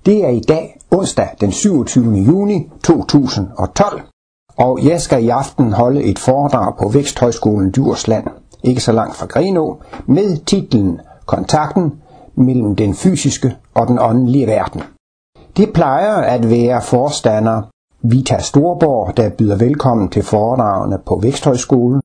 Det er i dag onsdag den 27. juni 2012, og jeg skal i aften holde et foredrag på Væksthøjskolen Djursland, ikke så langt fra Grenaa, med titlen Kontakten mellem den fysiske og den åndelige verden. Det plejer at være forstander Vita Storborg, der byder velkommen til foredragene på Væksthøjskolen.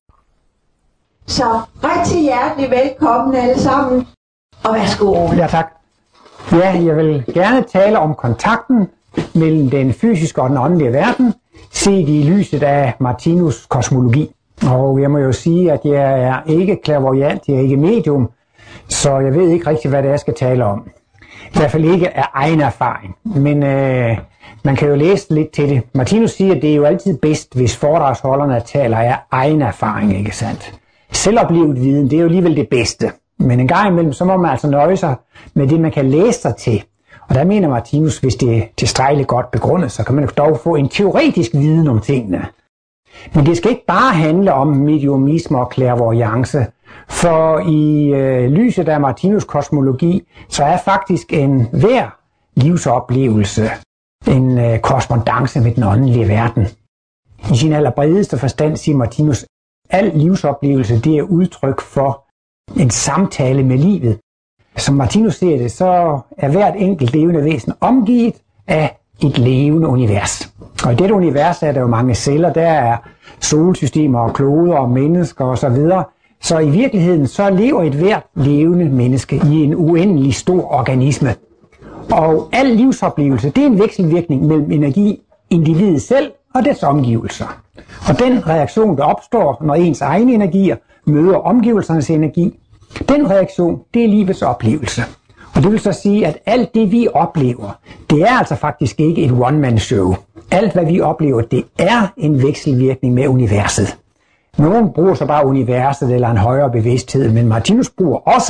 Så rigtig hjertelig velkommen alle sammen, og værsgo. Ja, tak. Ja, jeg vil gerne tale om kontakten mellem den fysiske og den åndelige verden, set i lyset af Martinus kosmologi. Og jeg må jo sige, at jeg er ikke clairvoyant, jeg er ikke medium, så jeg ved ikke rigtig, hvad det er, jeg skal tale om. I hvert fald ikke af egen erfaring, men man kan jo læse lidt til det. Martinus siger, at det er jo altid bedst, hvis foredragsholderne taler af egen erfaring, ikke sandt? Selvoplevet viden, det er jo alligevel det bedste. Men en gang imellem, så må man altså nøje sig med det, man kan læse sig til. Og der mener Martinus, hvis det er tilstrækkeligt godt begrundet, så kan man jo dog få en teoretisk viden om tingene. Men det skal ikke bare handle om mediumisme og clairvoyance, for i lyset af Martinus kosmologi, så er faktisk hver livsoplevelse en korrespondance med den åndelige verden. I sin allerbredeste forstand siger Martinus, al livsoplevelse det er udtryk for en samtale med livet. Som Martinus ser det, så er hvert enkelt levende væsen omgivet af et levende univers. Og i dette univers er der jo mange celler, der er solsystemer og kloder og mennesker osv. Så i virkeligheden så lever et hvert levende menneske i en uendelig stor organisme. Og al livsoplevelse, det er en vekselvirkning mellem energi, individet selv og dets omgivelser. Og den reaktion, der opstår, når ens egne energier møder omgivelsernes energi, den reaktion, det er livets oplevelse. Og det vil så sige, at alt det, vi oplever, det er altså faktisk ikke et one-man-show. Alt, hvad vi oplever, det er en vekselvirkning med universet. Nogen bruger så bare universet eller en højere bevidsthed, men Martinus bruger også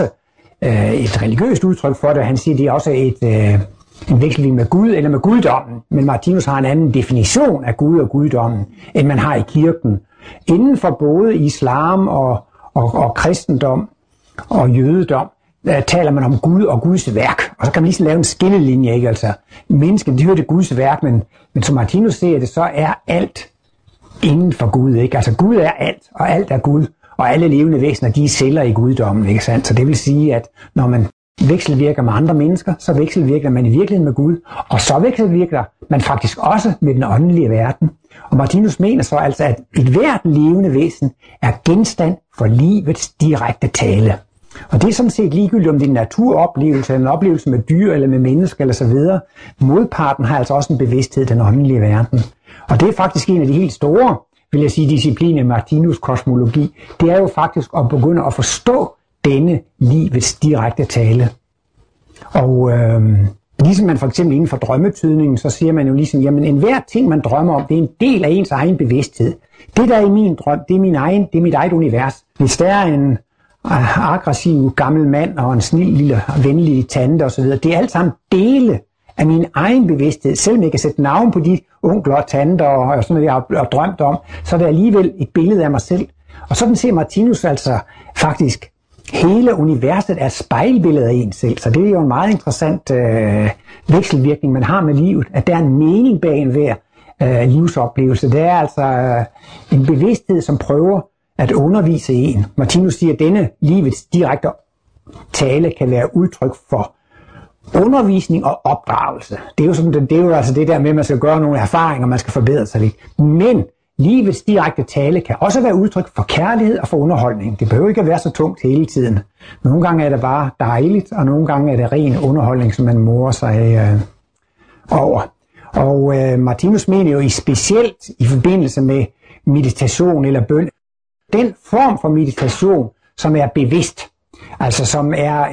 et religiøst udtryk for det. Han siger, det er også en vekselvirkning med Gud eller med guddommen. Men Martinus har en anden definition af Gud og guddommen, end man har i kirken. Inden for både islam og kristendom og jødedom, taler man om Gud og Guds værk. Og så kan man lige lave en skillelinje, ikke? Altså, mennesket, de hører det Guds værk, men som Martinus ser det, så er alt inden for Gud, ikke? Altså Gud er alt, og alt er Gud, og alle levende væsener, de er celler i guddommen, ikke sandt? Så det vil sige, at når man vekselvirker med andre mennesker, så vekselvirker man i virkeligheden med Gud, og så vekselvirker man faktisk også med den åndelige verden. Og Martinus mener så altså, at et hvert levende væsen er genstand for livets direkte tale. Og det er sådan set ligegyldigt, om det er en naturoplevelse, eller en oplevelse med dyr, eller med mennesker, eller så videre. Modparten har altså også en bevidsthed, den åndelige verden. Og det er faktisk en af de helt store, vil jeg sige, discipliner i Martinus kosmologi. Det er jo faktisk at begynde at forstå denne livets direkte tale. Og ligesom man for eksempel inden for drømmetydningen, så siger man jo ligesom, jamen enhver ting man drømmer om, det er en del af ens egen bevidsthed. Det der er i min drøm, det er mit eget univers. Hvis der er en aggressiv gammel mand og en snil lille venlig tante osv., det er alt sammen dele af min egen bevidsthed. Selvom jeg kan sætte navn på de onkler og tanter og sådan noget, jeg har drømt om, så er det alligevel et billede af mig selv. Og sådan ser Martinus altså faktisk hele universet er et spejlbillede af en selv. Så det er jo en meget interessant vekselvirkning, man har med livet, at der er en mening bag enhver livsoplevelse. Det er altså en bevidsthed, som prøver at undervise en. Martinus siger, at denne livets direkte tale kan være udtryk for undervisning og opdragelse. Det er jo, sådan, det er jo altså det der med, at man skal gøre nogle erfaringer, man skal forbedre sig lidt. Men livets direkte tale kan også være udtryk for kærlighed og for underholdning. Det behøver ikke at være så tungt hele tiden. Nogle gange er det bare dejligt, og nogle gange er det ren underholdning, som man morer sig over. Og Martinus mener jo specielt i forbindelse med meditation eller bøn, den form for meditation, som er bevidst, altså som er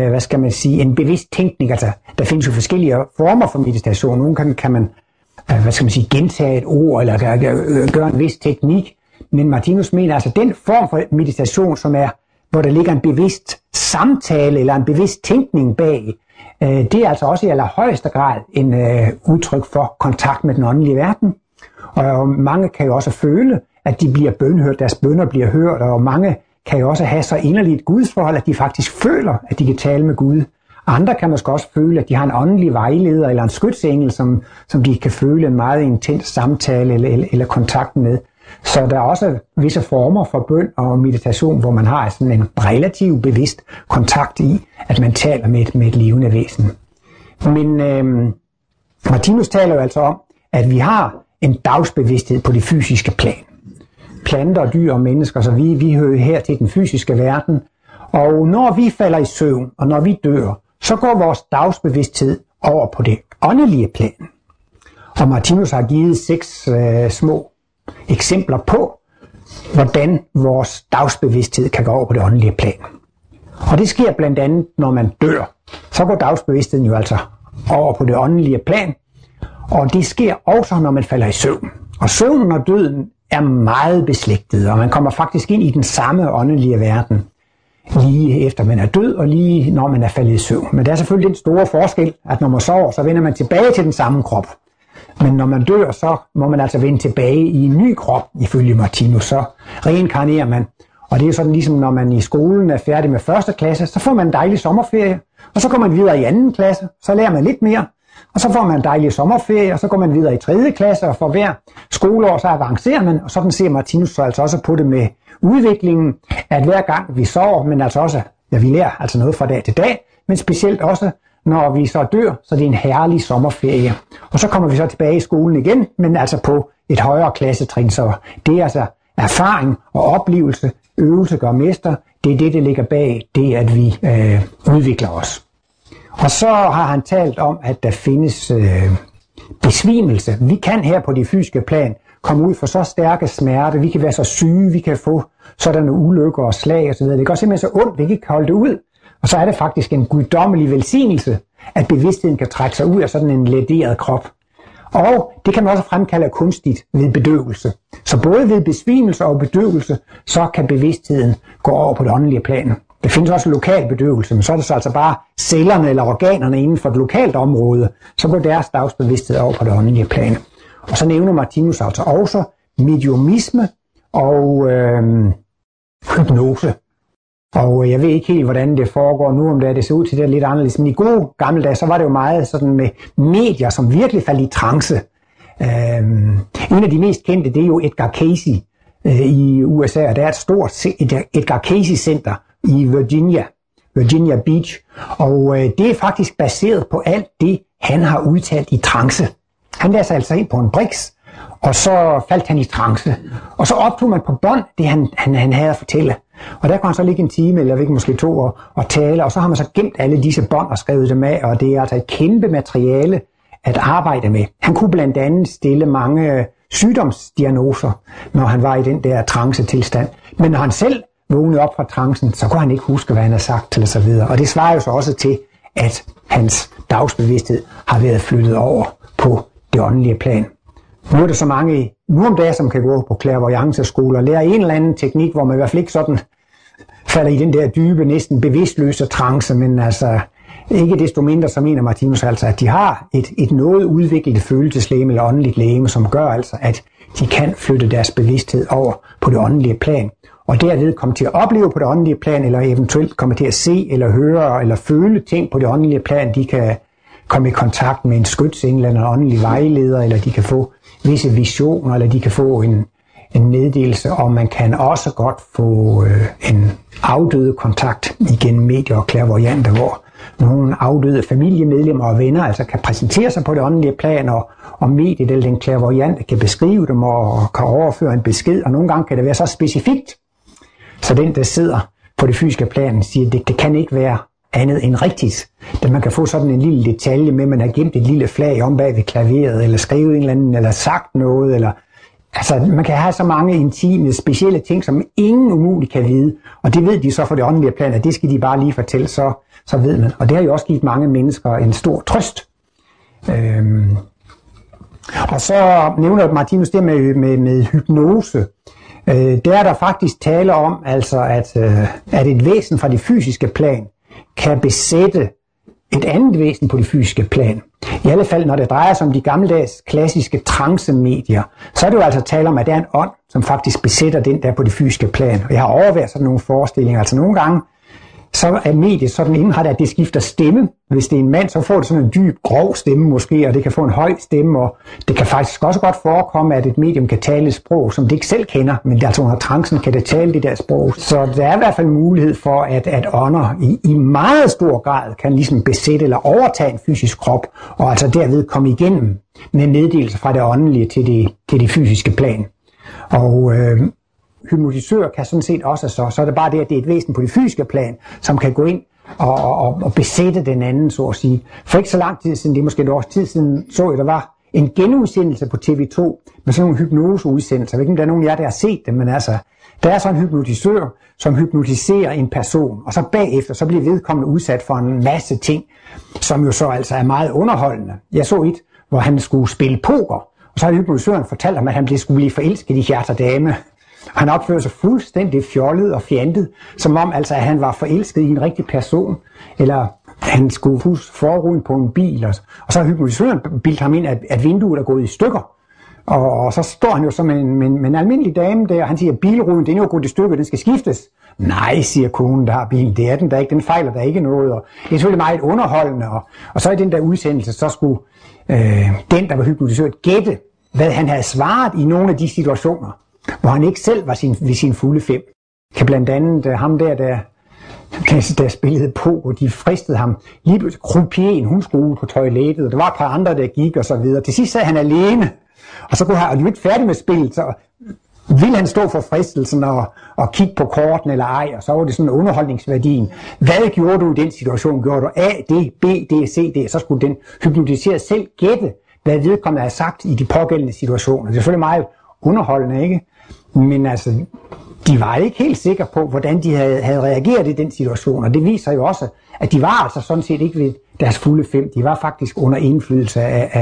en bevidst tænkning. Altså, der findes jo forskellige former for meditation. Nogle gange kan man gentage et ord, eller gøre en vis teknik. Men Martinus mener altså, den form for meditation, som er, hvor der ligger en bevidst samtale, eller en bevidst tænkning bag, det er altså også i allerhøjeste grad en udtryk for kontakt med den åndelige verden. Og mange kan jo også føle, at de bliver bønhørt, deres bønner bliver hørt, og mange kan jo også have så inderligt et gudsforhold, at de faktisk føler, at de kan tale med Gud. Andre kan måske også føle, at de har en åndelig vejleder eller en skytsengel, som de kan føle en meget intens samtale eller kontakt med. Så der er også visse former for bøn og meditation, hvor man har sådan en relativt bevidst kontakt i, at man taler med et levende væsen. Men Martinus taler jo altså om, at vi har en dagsbevidsthed på det fysiske plan. Planter, dyr og mennesker, så vi hører her til den fysiske verden. Og når vi falder i søvn, og når vi dør, så går vores dagsbevidsthed over på det åndelige plan. Og Martinus har givet 6 små eksempler på, hvordan vores dagsbevidsthed kan gå over på det åndelige plan. Og det sker blandt andet, når man dør. Så går dagsbevidstheden jo altså over på det åndelige plan. Og det sker også, når man falder i søvn. Og søvnen og døden er meget beslægtet, og man kommer faktisk ind i den samme åndelige verden, lige efter man er død, og lige når man er faldet i søvn. Men der er selvfølgelig den store forskel, at når man sover, så vender man tilbage til den samme krop. Men når man dør, så må man altså vende tilbage i en ny krop, ifølge Martinus. Så reinkarnerer man. Og det er jo sådan ligesom, når man i skolen er færdig med 1. klasse, så får man en dejlig sommerferie, og så går man videre i 2. klasse, så lærer man lidt mere, og så får man en dejlig sommerferie, og så går man videre i 3. klasse, og for hver skoleår så avancerer man, og sådan ser Martinus så altså også på det med udviklingen, at hver gang vi sover, men altså også, ja, vi lærer altså noget fra dag til dag, men specielt også, når vi så dør, så det er en herlig sommerferie. Og så kommer vi så tilbage i skolen igen, men altså på et højere klassetrin, så det er altså erfaring og oplevelse, øvelse gør mester, det er det, der ligger bag det, at vi udvikler os. Og så har han talt om, at der findes besvimelse. Vi kan her på det fysiske plan komme ud for så stærke smerte, vi kan være så syge, vi kan få sådanne ulykker og slag osv. Det går simpelthen så ondt, vi ikke kan holde det ud. Og så er det faktisk en guddommelig velsignelse, at bevidstheden kan trække sig ud af sådan en lederet krop. Og det kan man også fremkalde kunstigt ved bedøvelse. Så både ved besvimelse og bedøvelse, så kan bevidstheden gå over på det åndelige plan. Der findes også lokal bedøvelse, men så er det så altså bare cellerne eller organerne inden for et lokalt område, så går deres dagsbevidsthed over på det åndelige plan. Og så nævner Martinus altså også mediumisme og hypnose. Og jeg ved ikke helt, hvordan det foregår nu, om det ser ud til det lidt anderledes. Men i gode gamle dage, så var det jo meget sådan med medier, som virkelig faldt i trance. En af de mest kendte, det er jo Edgar Cayce i USA, og der er et stort Edgar Cayce-center i Virginia Beach. Og det er faktisk baseret på alt det, han har udtalt i trance. Han lagde sig altså ind på en briks, og så faldt han i trance. Og så optog man på bånd det, han havde at fortælle. Og der kunne han så ligge en time, eller ikke, måske 2 og tale, og så har man så gemt alle disse bånd og skrevet dem af, og det er altså et kæmpe materiale at arbejde med. Han kunne blandt andet stille mange sygdomsdiagnoser, når han var i den der trance-tilstand. Men når han selv vågnede op fra trancen, så kunne han ikke huske, hvad han havde sagt, eller så videre. Og det svarer jo så også til, at hans dagsbevidsthed har været flyttet over på det åndelige plan. Nu er der så mange nu om dagen, som kan gå på clairvoyance-skoler og lære en eller anden teknik, hvor man i hvert fald ikke sådan falder i den der dybe, næsten bevidstløse trance, men altså ikke desto mindre, så mener Martinus altså, at de har et noget udviklet følelseslegeme eller åndeligt legeme, som gør altså, at de kan flytte deres bevidsthed over på det åndelige plan. Og derved komme til at opleve på det åndelige plan, eller eventuelt komme til at se eller høre eller føle ting på det åndelige plan. De kan komme i kontakt med en skytsengel eller en åndelig vejleder, eller de kan få visse visioner, eller de kan få en meddelelse, og man kan også godt få en afdøde kontakt igennem medier og clairvoyante, hvor nogle afdøde familiemedlemmer og venner altså kan præsentere sig på det åndelige plan, og mediet eller den clairvoyante kan beskrive dem og kan overføre en besked, og nogle gange kan det være så specifikt, så den, der sidder på det fysiske plan, siger, at det kan ikke være andet end rigtigt. Da man kan få sådan en lille detalje med, at man har gemt et lille flag om bag ved klaveret, eller skrevet en eller anden, eller sagt noget, eller altså, man kan have så mange intime, specielle ting, som ingen umuligt kan vide, og det ved de så for det åndelige plan, at det skal de bare lige fortælle, så ved man. Og det har jo også givet mange mennesker en stor trøst. Og så nævner Martinus det med hypnose. Der er der faktisk tale om, altså at et væsen fra det fysiske plan kan besætte et andet væsen på det fysiske plan. I alle fald, når det drejer sig om de gammeldags klassiske trancemedier, så er det jo altså tale om, at der er en ånd, som faktisk besætter den der på det fysiske plan. Og jeg har overværet sådan nogle forestillinger. Altså nogle gange, så er mediet sådan indrettet, at det skifter stemme. Hvis det er en mand, så får det sådan en dyb, grov stemme måske, og det kan få en høj stemme, og det kan faktisk også godt forekomme, at et medium kan tale et sprog, som det ikke selv kender, men altså under trancen kan det tale det der sprog. Så der er i hvert fald mulighed for, at ånder i meget stor grad kan ligesom besætte eller overtage en fysisk krop, og altså derved komme igennem med meddelelser fra det åndelige til det fysiske plan. Og hypnotisører kan sådan set også så er det bare det, at det er et væsen på det fysiske plan, som kan gå ind og besætte den anden, så at sige. For ikke så lang tid siden, det er måske et års tid siden, så jeg, der var en genudsendelse på TV2 med sådan nogle hypnoseudsendelser. Jeg ved ikke, om der er nogen af jer, der har set det, men altså, der er sådan en hypnotisør, som hypnotiserer en person, og så bagefter, så bliver vedkommende udsat for en masse ting, som jo så altså er meget underholdende. Jeg så et, hvor han skulle spille poker, og så har hypnotisøren fortalt ham, at han skulle blive forelsket i Hjerter Dame. Og han opfører sig fuldstændig fjollet og fjantet, som om altså, at han var forelsket i en rigtig person, eller han skulle pusse forruden på en bil, og så har hypnotisøren bildt ham ind, at vinduet er gået i stykker. Og så står han jo som en almindelig dame der, og han siger, at bilruden, den er jo gået i stykker, den skal skiftes. Nej, siger konen, der har bilen, det er den der ikke, den fejler der ikke noget, og det er selvfølgelig meget underholdende, og så i den der udsendelse, så skulle den, der var hypnotisørt, gætte, hvad han havde svaret i nogle af de situationer, hvor han ikke selv var ved sin fulde 5. Kan blandt andet ham der spillede på, og de fristede ham. Lige pludselig croupieren, hun skulle ud på toilettet, og der var et par andre, der gik og så videre. Til sidst sad han alene, og så kunne han, og de var ikke færdig med spillet, så ville han stå for fristelsen og kigge på korten eller ej, og så var det sådan underholdningsværdien. Hvad gjorde du i den situation? Gjorde du A, D, B, D, C, D? Så skulle den hypnotisere selv gætte, hvad vedkommende havde sagt i de pågældende situationer. Det er selvfølgelig meget underholdende, ikke? Men altså, de var ikke helt sikre på, hvordan de havde reageret i den situation, og det viser jo også, at de var altså sådan set ikke ved deres fulde 5. De var faktisk under indflydelse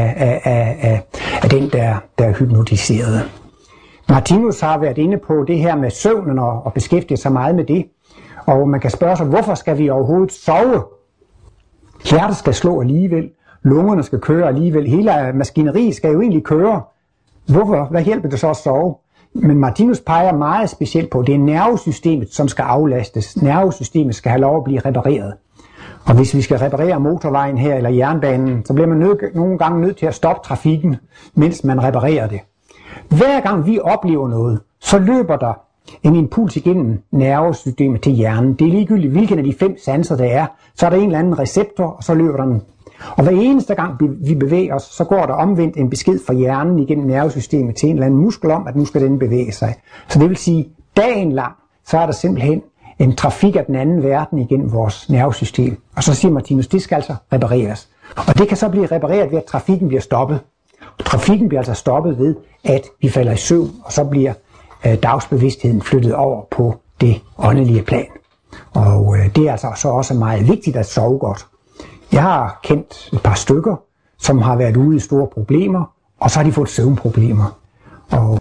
af den, der hypnotiserede. Martinus har været inde på det her med søvnen og beskæftiget sig meget med det, og man kan spørge sig, hvorfor skal vi overhovedet sove? Hjertet skal slå alligevel, lungerne skal køre alligevel, hele maskineriet skal jo egentlig køre. Hvad hjælper det så at sove? Men Martinus peger meget specielt på, at det er nervesystemet, som skal aflastes. Nervesystemet skal have lov at blive repareret. Og hvis vi skal reparere motorvejen her eller jernbanen, så bliver man nogle gange nødt til at stoppe trafikken, mens man reparerer det. Hver gang vi oplever noget, så løber der en impuls igennem nervesystemet til hjernen. Det er ligegyldigt, hvilken af de 5 sanser der er. Så er der en eller anden receptor, og så løber der den. Og hver eneste gang vi bevæger os, så går der omvendt en besked fra hjernen igennem nervesystemet til en eller anden muskel om, at nu skal den bevæge sig. Så det vil sige, dagen lang, så er der simpelthen en trafik af den anden verden igennem vores nervesystem. Og så siger Martinus, det skal altså repareres. Og det kan så blive repareret ved, at trafikken bliver stoppet. Trafikken bliver altså stoppet ved, at vi falder i søvn, og så bliver dagsbevidstheden flyttet over på det åndelige plan. Og det er altså så også meget vigtigt at sove godt. Jeg har kendt et par stykker, som har været ude i store problemer, og så har de fået søvnproblemer. Og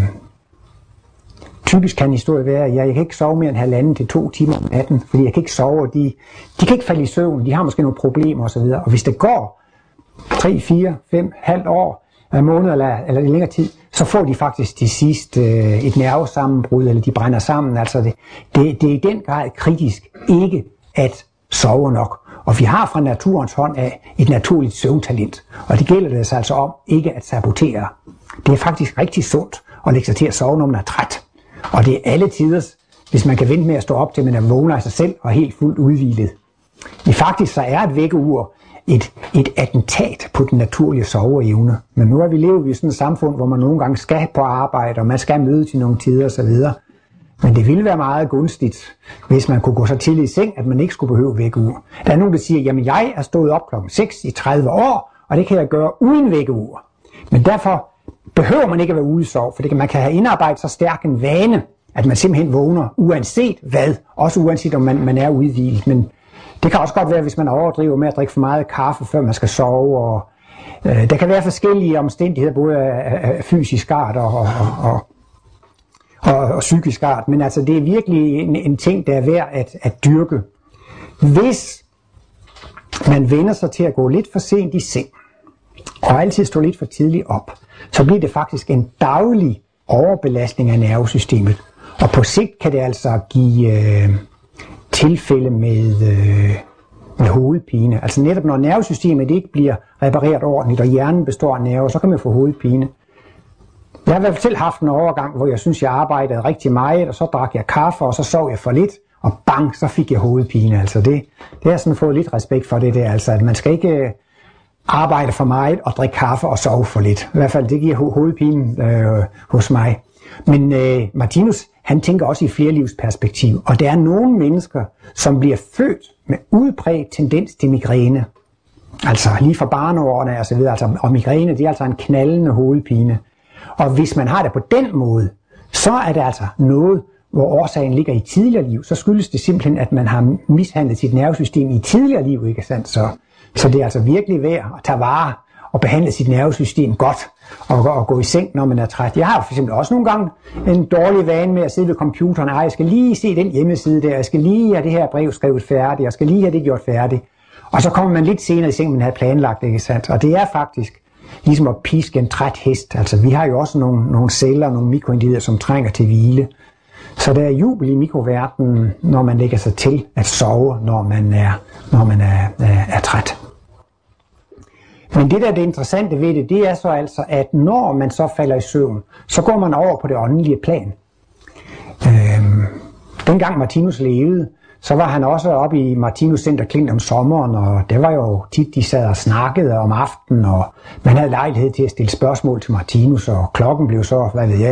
typisk kan en historie være, at jeg kan ikke sove mere end 1,5 til 2 timer om natten, fordi jeg kan ikke sove, og de kan ikke falde i søvn, de har måske nogle problemer osv. Og hvis det går 3, 4, 5, halvt år, måneder eller længere tid, så får de faktisk til sidst et nervesammenbrud, eller de brænder sammen. Altså det er i den grad kritisk ikke at sove nok. Og vi har fra naturens hånd af et naturligt søvntalent, og det gælder det altså om ikke at sabotere. Det er faktisk rigtig sundt at lægge sig til at sove, når man er træt. Og det er alle tiders, hvis man kan vente med at stå op til, man er vågner af sig selv og helt fuldt udhvilet. I faktisk så er et vækkeur et attentat på den naturlige soveevne. Men nu lever vi i sådan et samfund, hvor man nogle gange skal på arbejde, og man skal møde til nogle tider osv. Men det ville være meget gunstigt, hvis man kunne gå så tidligt i seng, at man ikke skulle behøve vækkeur. Der er nogen, der siger, jamen jeg er stået op klokken 6 i 30 år, og det kan jeg gøre uden vækkeur. Men derfor behøver man ikke at være ude i sov, for man kan have indarbejdet så stærk en vane, at man simpelthen vågner uanset hvad, også uanset om man er udhvilet. Men det kan også godt være, hvis man overdriver med at drikke for meget kaffe, før man skal sove. Og der kan være forskellige omstændigheder, både af fysisk art og psykisk art. Men altså, det er virkelig en ting, der er værd at dyrke. Hvis man vender sig til at gå lidt for sent i seng, og altid stå lidt for tidligt op, så bliver det faktisk en daglig overbelastning af nervesystemet. Og på sigt kan det altså give tilfælde med hovedpine. Altså netop når nervesystemet ikke bliver repareret ordentligt, og hjernen består af nerver, så kan man få hovedpine. Jeg har i hvert fald selv haft en overgang, hvor jeg synes, jeg arbejdede rigtig meget, og så drak jeg kaffe, og så sov jeg for lidt, og bang, så fik jeg hovedpine. Altså det har jeg sådan fået lidt respekt for det der, altså at man skal ikke arbejde for meget og drikke kaffe og sove for lidt. I hvert fald det giver hovedpine hos mig. Men Martinus, han tænker også i flerlivsperspektiv, og der er nogle mennesker, som bliver født med udbredt tendens til migræne. Altså lige fra barneårene og så videre, altså, og migræne, det er altså en knaldende hovedpine. Og hvis man har det på den måde, så er det altså noget, hvor årsagen ligger i tidligere liv, så skyldes det simpelthen, at man har mishandlet sit nervesystem i tidligere liv, ikke sandt? Så det er altså virkelig værd at tage vare og behandle sit nervesystem godt, og gå i seng, når man er træt. Jeg har for eksempel også nogle gange en dårlig vane med at sidde ved computeren, jeg skal lige se den hjemmeside der, jeg skal lige have det her brev skrevet færdigt, jeg skal lige have det gjort færdigt. Og så kommer man lidt senere i seng, man havde planlagt, ikke sandt? Og det er faktisk ligesom at piske en træt hest. Altså vi har jo også nogle celler, nogle mikroindivider, som trænger til hvile. Så der er jubel i mikroverdenen, når man lægger sig til at sove, når man er træt. Men det der er det interessante ved det, det er så altså, at når man så falder i søvn, så går man over på det åndelige plan. Dengang Martinus levede, så var han også oppe i Martinus Center Klint om sommeren, og det var jo tit, de sad og snakkede om aftenen, og man havde lejlighed til at stille spørgsmål til Martinus, og klokken blev så,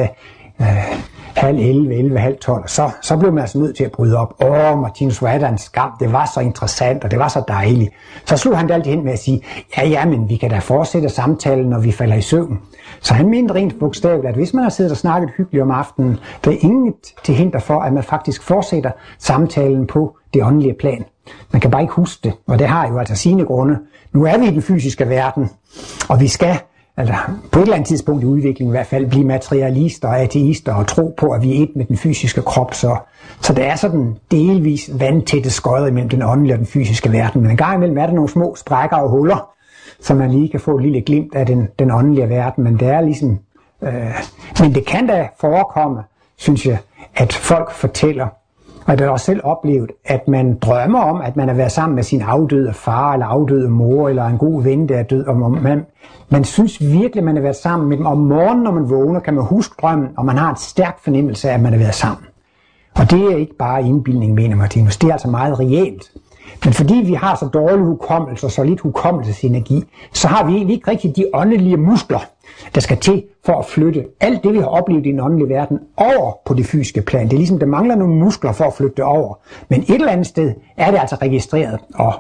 11:30, 12, så blev man altså nødt til at bryde op. Martinus, hvor er der en skam, det var så interessant, og det var så dejligt. Så slog han det altid hen med at sige, ja, men vi kan da fortsætte samtalen, når vi falder i søvn. Så han mente rent bogstaveligt, at hvis man har siddet og snakket hyggeligt om aftenen, der er inget til hinder for, at man faktisk fortsætter samtalen på det åndelige plan. Man kan bare ikke huske det, og det har jo altså sine grunde. Nu er vi i den fysiske verden, og vi skal på et eller andet tidspunkt i udviklingen i hvert fald blive materialister og ateister og tro på, at vi er et med den fysiske krop. Så der er sådan delvis vandtætte skodder imellem den åndelige og den fysiske verden. Men en gang imellem er der nogle små sprækker og huller, så man lige kan få et lille glimt af den åndelige verden. Men det er ligesom, men det kan da forekomme, synes jeg, at folk fortæller, og det har også selv oplevet, at man drømmer om, at man er været sammen med sin afdøde far, eller afdøde mor, eller en god ven, der er død. Og man synes virkelig, at man har været sammen med dem. Om morgenen, når man vågner, kan man huske drømmen, og man har en stærk fornemmelse af, at man har været sammen. Og det er ikke bare indbildning, mener Martinus. Det er altså meget reelt. Men fordi vi har så dårlig hukommelse og så lidt hukommelsesenergi, så har vi egentlig ikke rigtig de åndelige muskler, der skal til for at flytte alt det, vi har oplevet i den åndelige verden, over på det fysiske plan. Det er ligesom, der mangler nogle muskler for at flytte det over. Men et eller andet sted er det altså registreret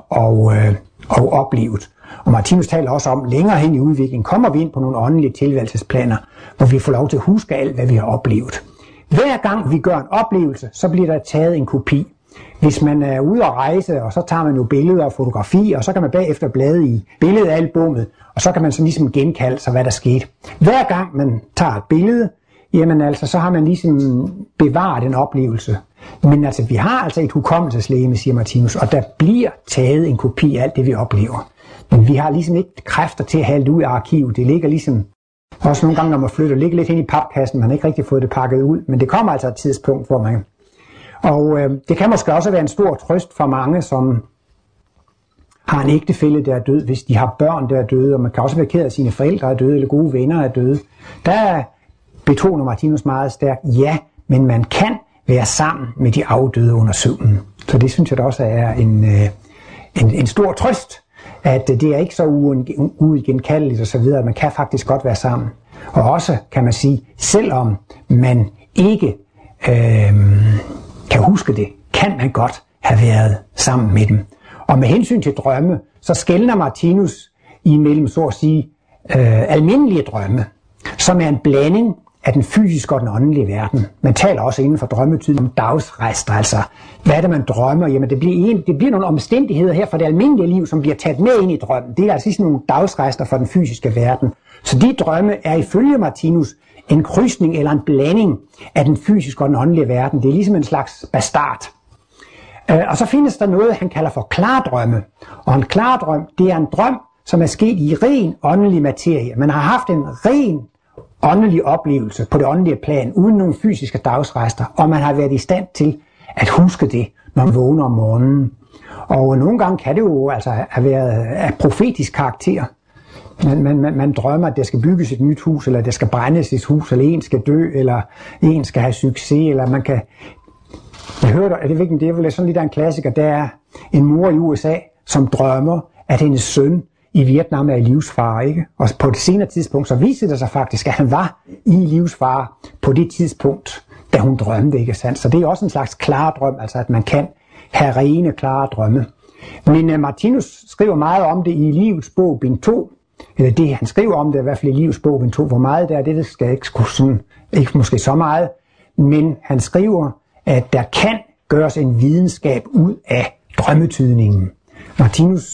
og oplevet. Og Martinus taler også om, længere hen i udviklingen kommer vi ind på nogle åndelige tilværelsesplaner, hvor vi får lov til at huske alt, hvad vi har oplevet. Hver gang vi gør en oplevelse, så bliver der taget en kopi. Hvis man er ude at rejse, og så tager man jo billeder og fotografier, og så kan man bagefter blade i billedalbummet, og så kan man så ligesom genkalde sig, hvad der skete. Hver gang man tager et billede, jamen altså, så har man ligesom bevaret en oplevelse. Men altså, vi har altså et hukommelseslegeme, siger Martinus, og der bliver taget en kopi af alt det, vi oplever. Men vi har ligesom ikke kræfter til at have det ud af arkivet. Det ligger ligesom, også nogle gange, når man flytter, ligger lidt ind i papkassen, man har ikke rigtig fået det pakket ud, men det kommer altså et tidspunkt, hvor man... Og det kan måske også være en stor trøst for mange, som har en ægtefælle, der er død, hvis de har børn, der er døde, og man kan også være ked af, at sine forældre er døde, eller gode venner er døde. Der betoner Martinus meget stærkt, ja, men man kan være sammen med de afdøde under søvnen. Så det synes jeg da også er en stor trøst, at det er ikke så uigenkaldeligt og så videre, man kan faktisk godt være sammen. Og også kan man sige, selvom man ikke kan huske det, kan man godt have været sammen med dem. Og med hensyn til drømme, så skelner Martinus imellem, så at sige, almindelige drømme, som er en blanding af den fysiske og den åndelige verden. Man taler også inden for drømmetiden om dagsrester, altså hvad er det, man drømmer? Jamen det bliver nogle omstændigheder her fra det almindelige liv, som bliver taget med ind i drømmen. Det er altså sådan nogle dagsrester fra den fysiske verden. Så de drømme er ifølge Martinus en krydsning eller en blanding af den fysiske og den åndelige verden. Det er ligesom en slags bastard. Og så findes der noget, han kalder for klardrømme. Og en klardrøm, det er en drøm, som er sket i ren åndelig materie. Man har haft en ren åndelig oplevelse på det åndelige plan, uden nogle fysiske dagsrester, og man har været i stand til at huske det. når man vågner om morgenen. Og nogle gange kan det jo altså have været af profetisk karakter. Man drømmer, at der skal bygges et nyt hus, eller der skal brændes et hus, eller en skal dø, eller en skal have succes, eller man kan... Jeg hørte, at det er vel sådan lidt af en klassiker, der er en mor i USA, som drømmer, at hendes søn i Vietnam er i livsfare, ikke? Og på et senere tidspunkt, så viser det sig faktisk, at han var i livsfare på det tidspunkt, da hun drømte, ikke sandt? Så det er også en slags klar drøm, altså at man kan have rene, klare drømme. Men Martinus skriver meget om det i Livets bog, bind 2, eller det han skriver om det, i hvert fald i Livets bog, bind 2, hvor meget der er det skal jeg ikke sådan, ikke måske så meget, men han skriver, at der kan gøres en videnskab ud af drømmetydningen. Martinus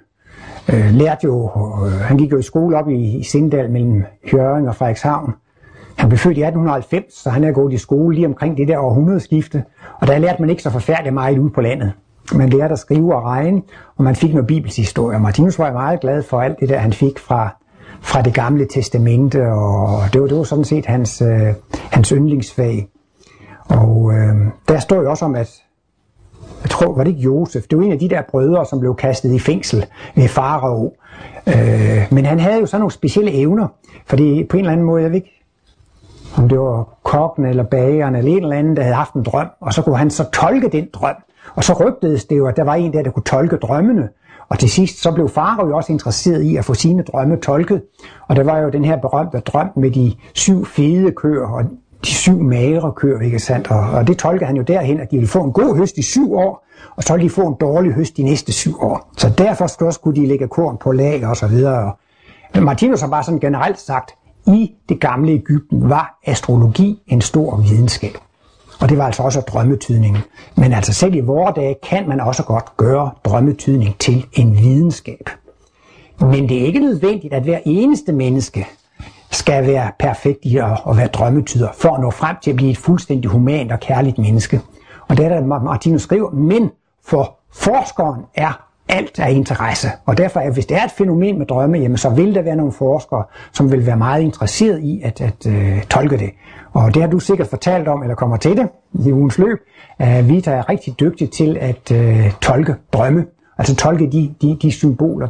lærte jo, han gik jo i skole op i Sindal mellem Hjørring og Frederikshavn. Han blev født i 1890, så han er gået i skole lige omkring det der århundredeskifte, og der lærte man ikke så forfærdeligt meget ude på landet. Man lærte at skrive og regne, og man fik noget bibelshistorie. Martinus var meget glad for alt det der, han fik fra det gamle testamente, og det var sådan set hans yndlingsfag. Og der står jo også om, at jeg tror, var det ikke Josef, det var en af de der brødre, som blev kastet i fængsel ved farao. Men han havde jo sådan nogle specielle evner, fordi på en eller anden måde, jeg ved ikke, om det var kokken eller bageren eller en eller anden, der havde haft en drøm, og så kunne han så tolke den drøm. Og så rygtedes det jo, at der var en der kunne tolke drømmene. Og til sidst så blev farao jo også interesseret i at få sine drømme tolket. Og der var jo den her berømte drøm med de 7 fede køer og de 7 magre køer, ikke sandt? Og det tolkede han jo derhen, at de ville få en god høst i 7 år, og så ville de få en dårlig høst de næste 7 år. Så derfor skulle de lægge korn på lager og så videre. Martinus har bare sådan generelt sagt, i det gamle Egypten var astrologi en stor videnskab. Og det var altså også drømmetydningen. Men altså selv i vore dage kan man også godt gøre drømmetydning til en videnskab. Men det er ikke nødvendigt, at hver eneste menneske skal være perfekt i at være drømmetyder, for at nå frem til at blive et fuldstændig humant og kærligt menneske. Og det er der Martinus skriver, men for forskeren er alt af interesse. Og derfor, hvis det er et fænomen med drømme, jamen, så vil der være nogle forskere, som vil være meget interesseret i at tolke det. Og det har du sikkert fortalt om, eller kommer til det i ugens løb. Vita er rigtig dygtig til at tolke drømme, altså tolke de symboler,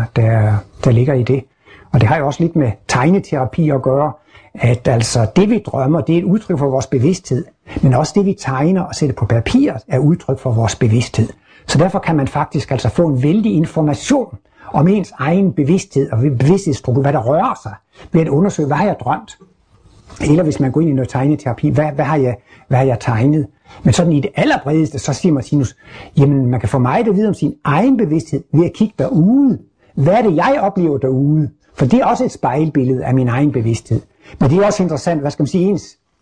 der ligger i det. Og det har jo også lidt med tegneterapi at gøre, at altså det vi drømmer, det er et udtryk for vores bevidsthed, men også det vi tegner og sætter på papir er udtryk for vores bevidsthed. Så derfor kan man faktisk altså få en vældig information om ens egen bevidsthed og bevidsthedsstruktur, hvad der rører sig, ved at undersøge, hvad har jeg drømt? Eller hvis man går ind i noget tegneterapi, hvad har jeg tegnet? Men sådan i det allerbredeste, så siger Martinus, jamen man kan få mig at vide om sin egen bevidsthed ved at kigge derude. Hvad er det, jeg oplever derude? For det er også et spejlbillede af min egen bevidsthed. Men det er også interessant, hvad skal man sige,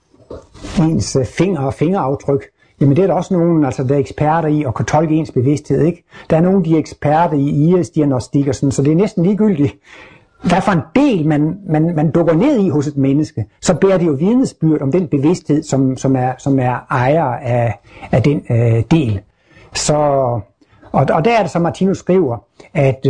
ens fingeraftryk. Jamen det er der også nogen, altså der er eksperter i at kunne tolke ens bevidsthed, ikke? Der er nogen, de er eksperter i iris-diagnostik og sådan, så det er næsten ligegyldigt. Hvad for en del, man dukker ned i hos et menneske, så bærer det jo vidnesbyrd om den bevidsthed, som er ejer af den del. Så, og der er det, som Martinus skriver, at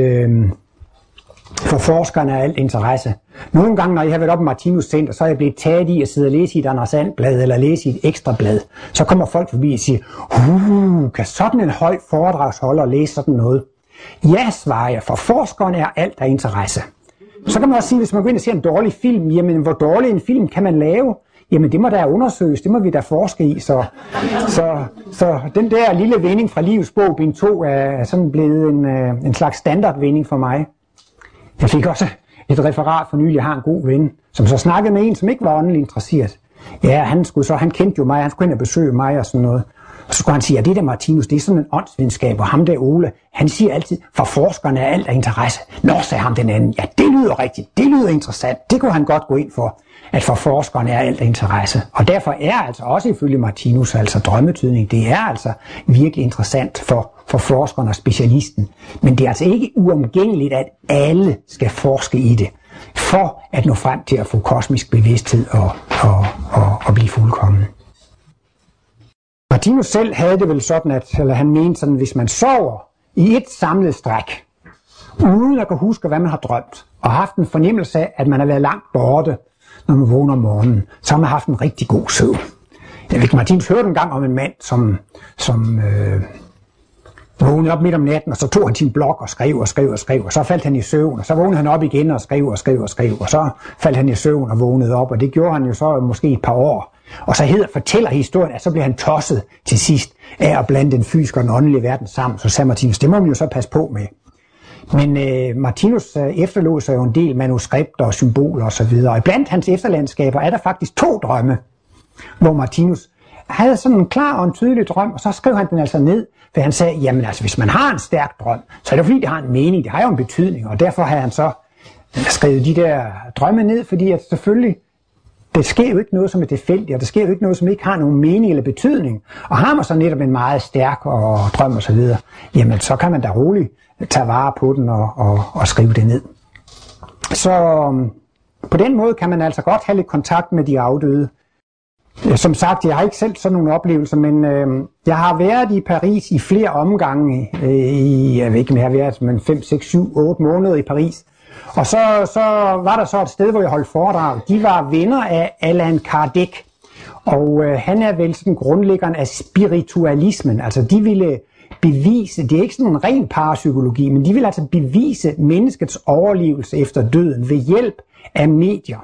for forskerne er alt interesse. Nogle gange, når jeg har været oppe i Martinus Center, så er jeg blevet taget i at sidde og læse i et Anders And-blad, eller læse i et ekstrablad. Så kommer folk forbi og siger, kan sådan en høj foredragsholder læse sådan noget? Ja, svarer jeg, for forskerne er alt af interesse. Så kan man også sige, hvis man går ind og ser en dårlig film, jamen hvor dårlig en film kan man lave? Jamen det må da undersøges, det må vi da forske i. Så den der lille vending fra Livets bog, bind 2, er sådan blevet en slags standardvending for mig. Jeg fik også et referat for nylig, jeg har en god ven, som så snakkede med en, som ikke var åndeligt interesseret. Ja, han kendte jo mig, han skulle ind og besøge mig og sådan noget. Og så skulle han sige, at det der Martinus, det er sådan en åndsvidenskab, og ham der Ole, han siger altid, for forskerne er alt af interesse. Nå, sagde ham den anden, ja, det lyder rigtigt, det lyder interessant, det kunne han godt gå ind for, at for forskerne er alt af interesse. Og derfor er altså også ifølge Martinus, altså drømmetydning, det er altså virkelig interessant for forskerne og specialisten. Men det er altså ikke uomgængeligt, at alle skal forske i det, for at nå frem til at få kosmisk bevidsthed og blive fuldkommen. Martinus selv havde det vel sådan, eller han mente sådan, hvis man sover i et samlet stræk, uden at kunne huske, hvad man har drømt, og haft en fornemmelse af, at man har været langt borte, når man vågner om morgenen, så har man haft en rigtig god søvn. Martinus hørte en gang om en mand, som vågnede op midt om natten, og så tog han sin blok og skrev, og så faldt han i søvn, og så vågnede han op igen og skrev, og så faldt han i søvn og vågnede op, og det gjorde han jo så måske et par år. Og så fortæller historien, at så blev han tosset til sidst af at blande den fysiske og den åndelige verden sammen. Så sagde Martinus, det må man jo så passe på med. Men Martinus efterlod sig jo en del manuskripter og symboler osv. Og blandt hans efterlandskaber er der faktisk 2 drømme, hvor Martinus havde sådan en klar og en tydelig drøm, og så skrev han den altså ned, for han sagde, jamen altså, hvis man har en stærk drøm, så er det fordi, det har en mening, det har jo en betydning, og derfor har han så skrevet de der drømme ned, fordi at selvfølgelig, det sker jo ikke noget, som er tilfældigt, og der sker jo ikke noget, som ikke har nogen mening eller betydning. Og har man så netop en meget stærk og drøm og så videre, jamen så kan man da roligt tage vare på den og skrive det ned. Så på den måde kan man altså godt have lidt kontakt med de afdøde. Som sagt, jeg har ikke selv sådan nogle oplevelser, men jeg har været i Paris i flere omgange, jeg ved ikke, om jeg har været, men 5, 6, 7, 8 måneder i Paris. Og så var der så et sted, hvor jeg holdt foredrag. De var venner af Allan Kardec, og han er vel sådan grundlæggeren af spiritualismen. Altså de ville bevise, det er ikke sådan en ren parapsykologi, men de ville altså bevise menneskets overlevelse efter døden ved hjælp af medier.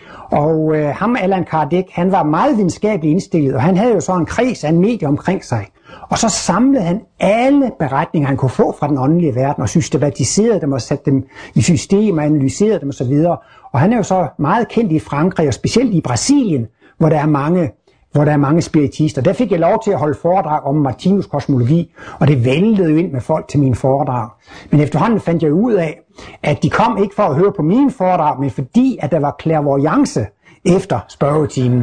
Og ham, Allan Kardec, han var meget videnskabeligt indstillet, og han havde jo så en kreds af medier omkring sig. Og så samlede han alle beretninger, han kunne få fra den åndelige verden, og systematiserede dem og satte dem i system og analyserede dem osv. Og han er jo så meget kendt i Frankrig, og specielt i Brasilien, hvor der er mange spiritister. Der fik jeg lov til at holde foredrag om Martinus kosmologi, og det væltede jo ind med folk til mine foredrag. Men efterhånden fandt jeg ud af, at de kom ikke for at høre på mine foredrag, men fordi at der var clairvoyance efter spørgetimen.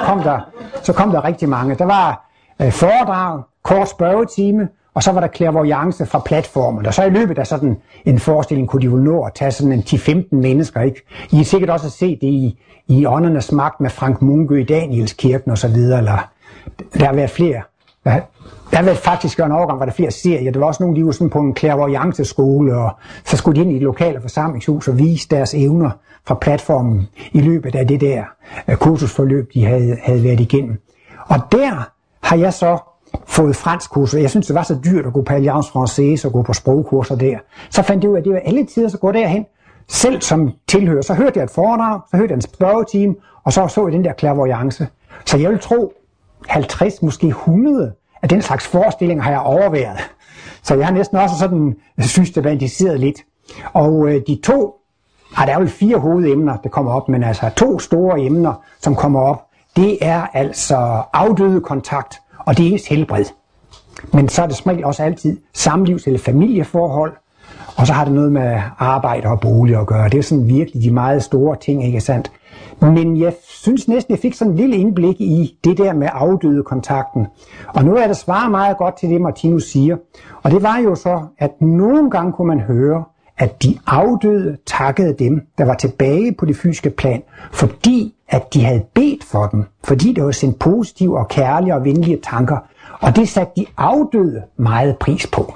Så kom der rigtig mange. Der var foredrag, kort spørgetime, og så var der clairvoyance fra platformen. Og så i løbet af sådan en forestilling kunne de jo nå at tage sådan en 10-15 mennesker, ikke? I har sikkert også set det i Åndernes Magt med Frank Munke i Danielskirken og så videre, eller der har været flere. Der har været faktisk en overgang, var der flere serier. Der var også nogle, de var sådan på en clairvoyance-skole, og så skulle de ind i et lokale forsamlingshus og vise deres evner fra platformen i løbet af det der kursusforløb, de havde været igennem. Og der har jeg så fået fransk kurser. Jeg synes, det var så dyrt at gå på Alliance Française og gå på sprogkurser der. Så fandt jeg ud af, at det var alle tider, så gå derhen. Selv som tilhører, så hørte jeg et foredrag, så hørte jeg en spørgetime, og så jeg den der clairvoyance. Så jeg vil tro, 50, måske 100 af den slags forestillinger har jeg overværet. Så jeg har næsten også sådan systematiseret lidt. Og de 2, der er vel 4 hovedemner, der kommer op, men altså 2 store emner, som kommer op, det er altså afdøde kontakt, og det er ens helbred. Men så er det som regel også altid samlivs- eller familieforhold, og så har det noget med arbejde og bolig at gøre. Det er sådan virkelig de meget store ting, ikke sandt? Men jeg synes næsten, jeg fik sådan en lille indblik i det der med afdøde kontakten. Og nu er det svarer meget godt til det, Martinus siger. Og det var jo så, at nogle gange kunne man høre, at de afdøde takkede dem, der var tilbage på det fysiske plan, fordi at de havde bedt for dem, fordi der var sendt positive og kærlige og venlige tanker. Og det satte de afdøde meget pris på.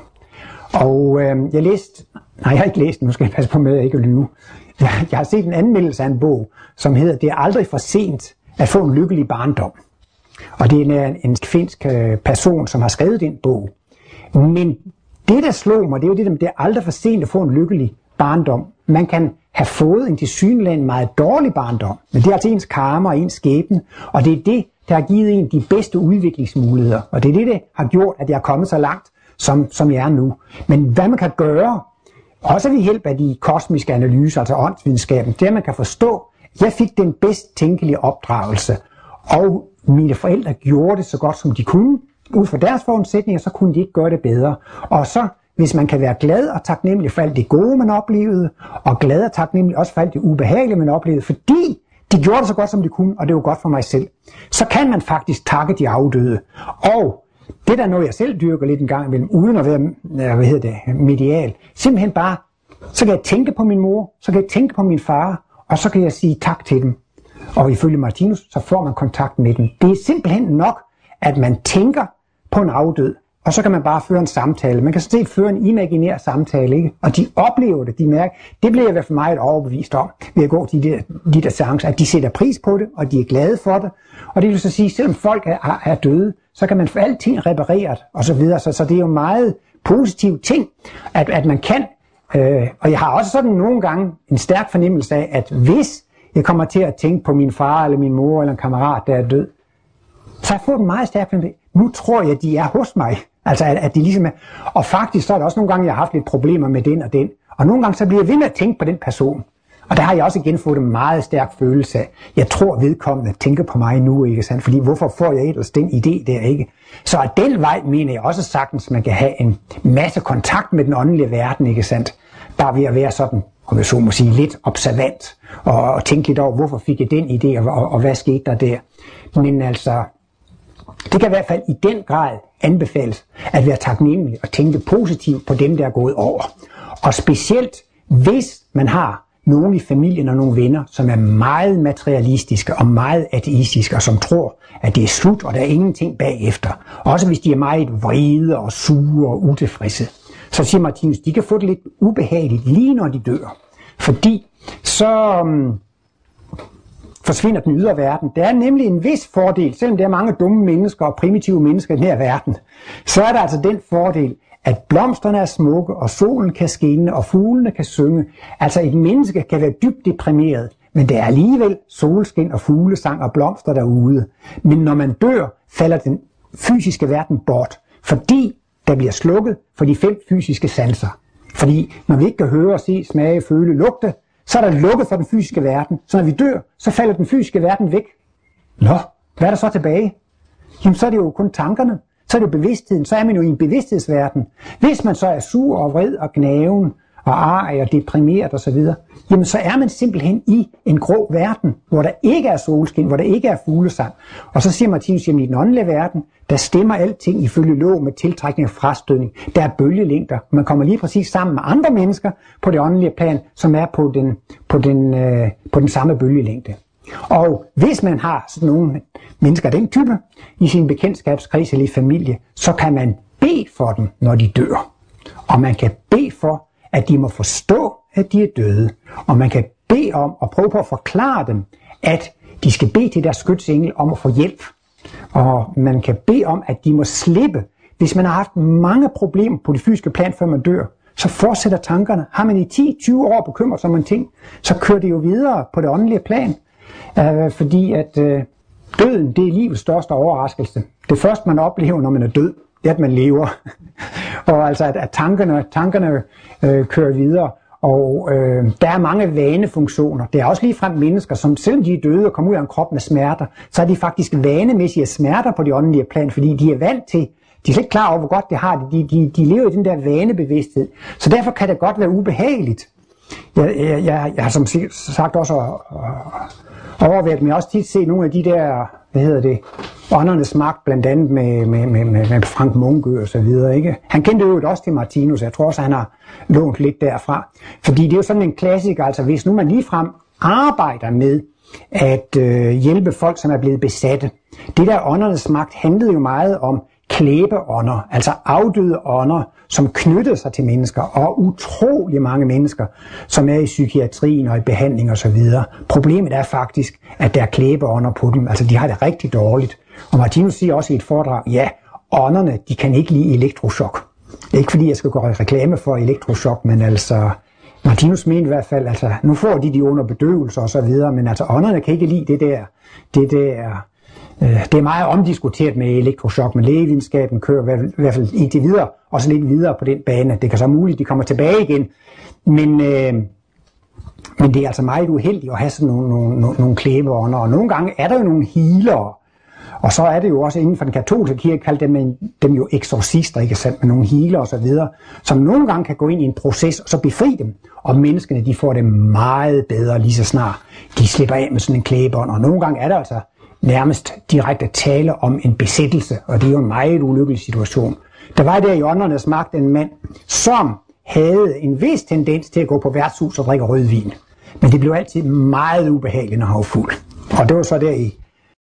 Og jeg har ikke læst den, nu skal jeg passe på med at ikke at lyve. Jeg har set en anmeldelse af en bog, som hedder Det er aldrig for sent at få en lykkelig barndom. Og det er en finsk person, som har skrevet den bog. Men det, der slog mig, det er jo det er aldrig for sent at få en lykkelig barndom. Man kan have fået en tilsyneladende meget dårlig barndom, men det er altså ens karma og ens skæbne, og det er det, der har givet en de bedste udviklingsmuligheder. Og det er det, der har gjort, at jeg er kommet så langt, som jeg er nu. Men hvad man kan gøre, også ved hjælp af de kosmiske analyser, altså åndsvidenskaben, det er, at man kan forstå, at jeg fik den bedst tænkelige opdragelse, og mine forældre gjorde det så godt, som de kunne. Ud fra deres forudsætninger, så kunne de ikke gøre det bedre. Og så, hvis man kan være glad og taknemmelig for alt det gode, man oplevede, og glad og taknemmelig også for alt det ubehagelige, man oplevede, fordi de gjorde det så godt, som de kunne, og det var godt for mig selv, så kan man faktisk takke de afdøde. Og det der er noget, jeg selv dyrker lidt en gang imellem, uden at være medial, simpelthen bare, så kan jeg tænke på min mor, så kan jeg tænke på min far, og så kan jeg sige tak til dem. Og ifølge Martinus, så får man kontakt med dem. Det er simpelthen nok, at man tænker på en afdød, og så kan man bare føre en samtale. Man kan sådan set føre en imaginær samtale, ikke? Og de oplever det, de mærker. Det bliver jeg i hvert fald meget overbevist om, ved at gå til de der seancer, at de sætter pris på det, og de er glade for det. Og det vil så sige, at selvom folk er døde, så kan man få alting repareret, og så videre. Så det er jo meget positive ting, at man kan. Og jeg har også sådan nogle gange en stærk fornemmelse af, at hvis jeg kommer til at tænke på min far, eller min mor, eller en kammerat, der er død, så jeg får en meget stærk fornemmelse. Nu tror jeg, de er hos mig. Altså, at de ligesom er. Og faktisk så er der også nogle gange, jeg har haft lidt problemer med den og den. Og nogle gange så bliver jeg ved med at tænke på den person. Og der har jeg også igen fået en meget stærk følelse af, jeg tror vedkommende tænker på mig nu, ikke sandt? Fordi hvorfor får jeg ellers den idé der, ikke? Så af den vej mener jeg også sagtens, man kan have en masse kontakt med den åndelige verden, ikke sandt? Bare ved at være sådan, om jeg så må sige, lidt observant. Og tænke lidt over, hvorfor fik jeg den idé, og hvad skete der? Men altså, det kan i hvert fald i den grad anbefales at være taknemmelig og tænke positivt på dem, der er gået over. Og specielt, hvis man har nogen i familien og nogle venner, som er meget materialistiske og meget ateistiske, og som tror, at det er slut, og der er ingenting bagefter. Også hvis de er meget vrede og sure og utilfredse. Så siger Martinus, de kan få det lidt ubehageligt lige når de dør. Fordi så forsvinder den ydre verden. Der er nemlig en vis fordel, selvom der er mange dumme mennesker og primitive mennesker i den her verden, så er der altså den fordel, at blomsterne er smukke, og solen kan skinne, og fuglene kan synge. Altså et menneske kan være dybt deprimeret, men der er alligevel solskin og fuglesang og blomster derude. Men når man dør, falder den fysiske verden bort, fordi der bliver slukket for de 5 fysiske sanser. Fordi når vi ikke kan høre, se, smage, føle, lugte, så er der lukket for den fysiske verden. Så når vi dør, så falder den fysiske verden væk. Nå, hvad er der så tilbage? Jamen så er det jo kun tankerne. Så er det jo bevidstheden. Så er man jo i en bevidsthedsverden. Hvis man så er sur og vred og gnaven og arg og deprimeret osv., jamen så er man simpelthen i en grå verden, hvor der ikke er solskin, hvor der ikke er fuglesang. Og så siger Martinus, jamen i den åndelige verden, der stemmer alting ifølge lov med tiltrækning og frastødning. Der er bølgelængder. Man kommer lige præcis sammen med andre mennesker på det åndelige plan, som er på den samme bølgelængde. Og hvis man har sådan nogle mennesker af den type i sin bekendtskabskreds eller i familie, så kan man bede for dem, når de dør. Og man kan bede for, at de må forstå, at de er døde. Og man kan bede om og prøve på at forklare dem, at de skal bede til deres skytsengel om at få hjælp. Og man kan bede om, at de må slippe. Hvis man har haft mange problemer på det fysiske plan, før man dør, så fortsætter tankerne. Har man i 10-20 år bekymret sig om en ting, så kører det jo videre på det åndelige plan. Fordi at døden, det er livets største overraskelse. Det første, man oplever, når man er død, det er, at man lever. Og altså, at tankerne kører videre. Og der er mange vanefunktioner. Det er også ligefrem mennesker, som selvom de er døde og kommer ud af en krop med smerter, så er de faktisk vanemæssige smerter på de åndelige plan, fordi de er vant til, de er slet ikke klar over, hvor godt det har det. De lever i den der vanebevidsthed. Så derfor kan det godt være ubehageligt. Jeg har som sagt også overværet, men jeg har også tit set nogle af de der, åndernes magt, blandt andet med Frank Munkø og så videre, ikke? Han kendte jo også til Martinus, jeg tror også, han har lånt lidt derfra. Fordi det er jo sådan en klassiker, altså hvis nu man ligefrem arbejder med at hjælpe folk, som er blevet besatte. Det der åndernes magt handlede jo meget om klæbeånder, altså afdøde ånder, som knyttede sig til mennesker, og utrolig mange mennesker, som er i psykiatrien og i behandling og så videre. Problemet er faktisk, at der er klæbeånder på dem, altså de har det rigtig dårligt. Og Martinus siger også i et foredrag, ja, ånderne, de kan ikke lide elektrochok. Ikke fordi jeg skal gøre reklame for elektrochok, men altså, Martinus mener i hvert fald, altså, nu får de under bedøvelse og så videre, men altså, ånderne kan ikke lide det der. Det er meget omdiskuteret med elektrochok, men lægevidenskaben kører i hvert fald indtil videre, og så lidt videre på den bane. Det kan så muligt, de kommer tilbage igen, men det er altså meget uheldigt at have sådan nogle klæbeånder, og nogle gange er der jo nogle healere, og så er det jo også inden for den katolske kirke, kalder dem jo eksorcister, ikke sandt, med nogle healere og så videre, som nogle gange kan gå ind i en proces, og så befri dem, og menneskene, de får det meget bedre lige så snart de slipper af med sådan en klæbeånd, og nogle gange er der altså nærmest direkte tale om en besættelse, og det er jo en meget ulykkelig situation. Der var der i åndernes magt en mand, som havde en vis tendens til at gå på værtshus og drikke rødvin. Men det blev altid meget ubehageligt, når han var fuld. Og det var så der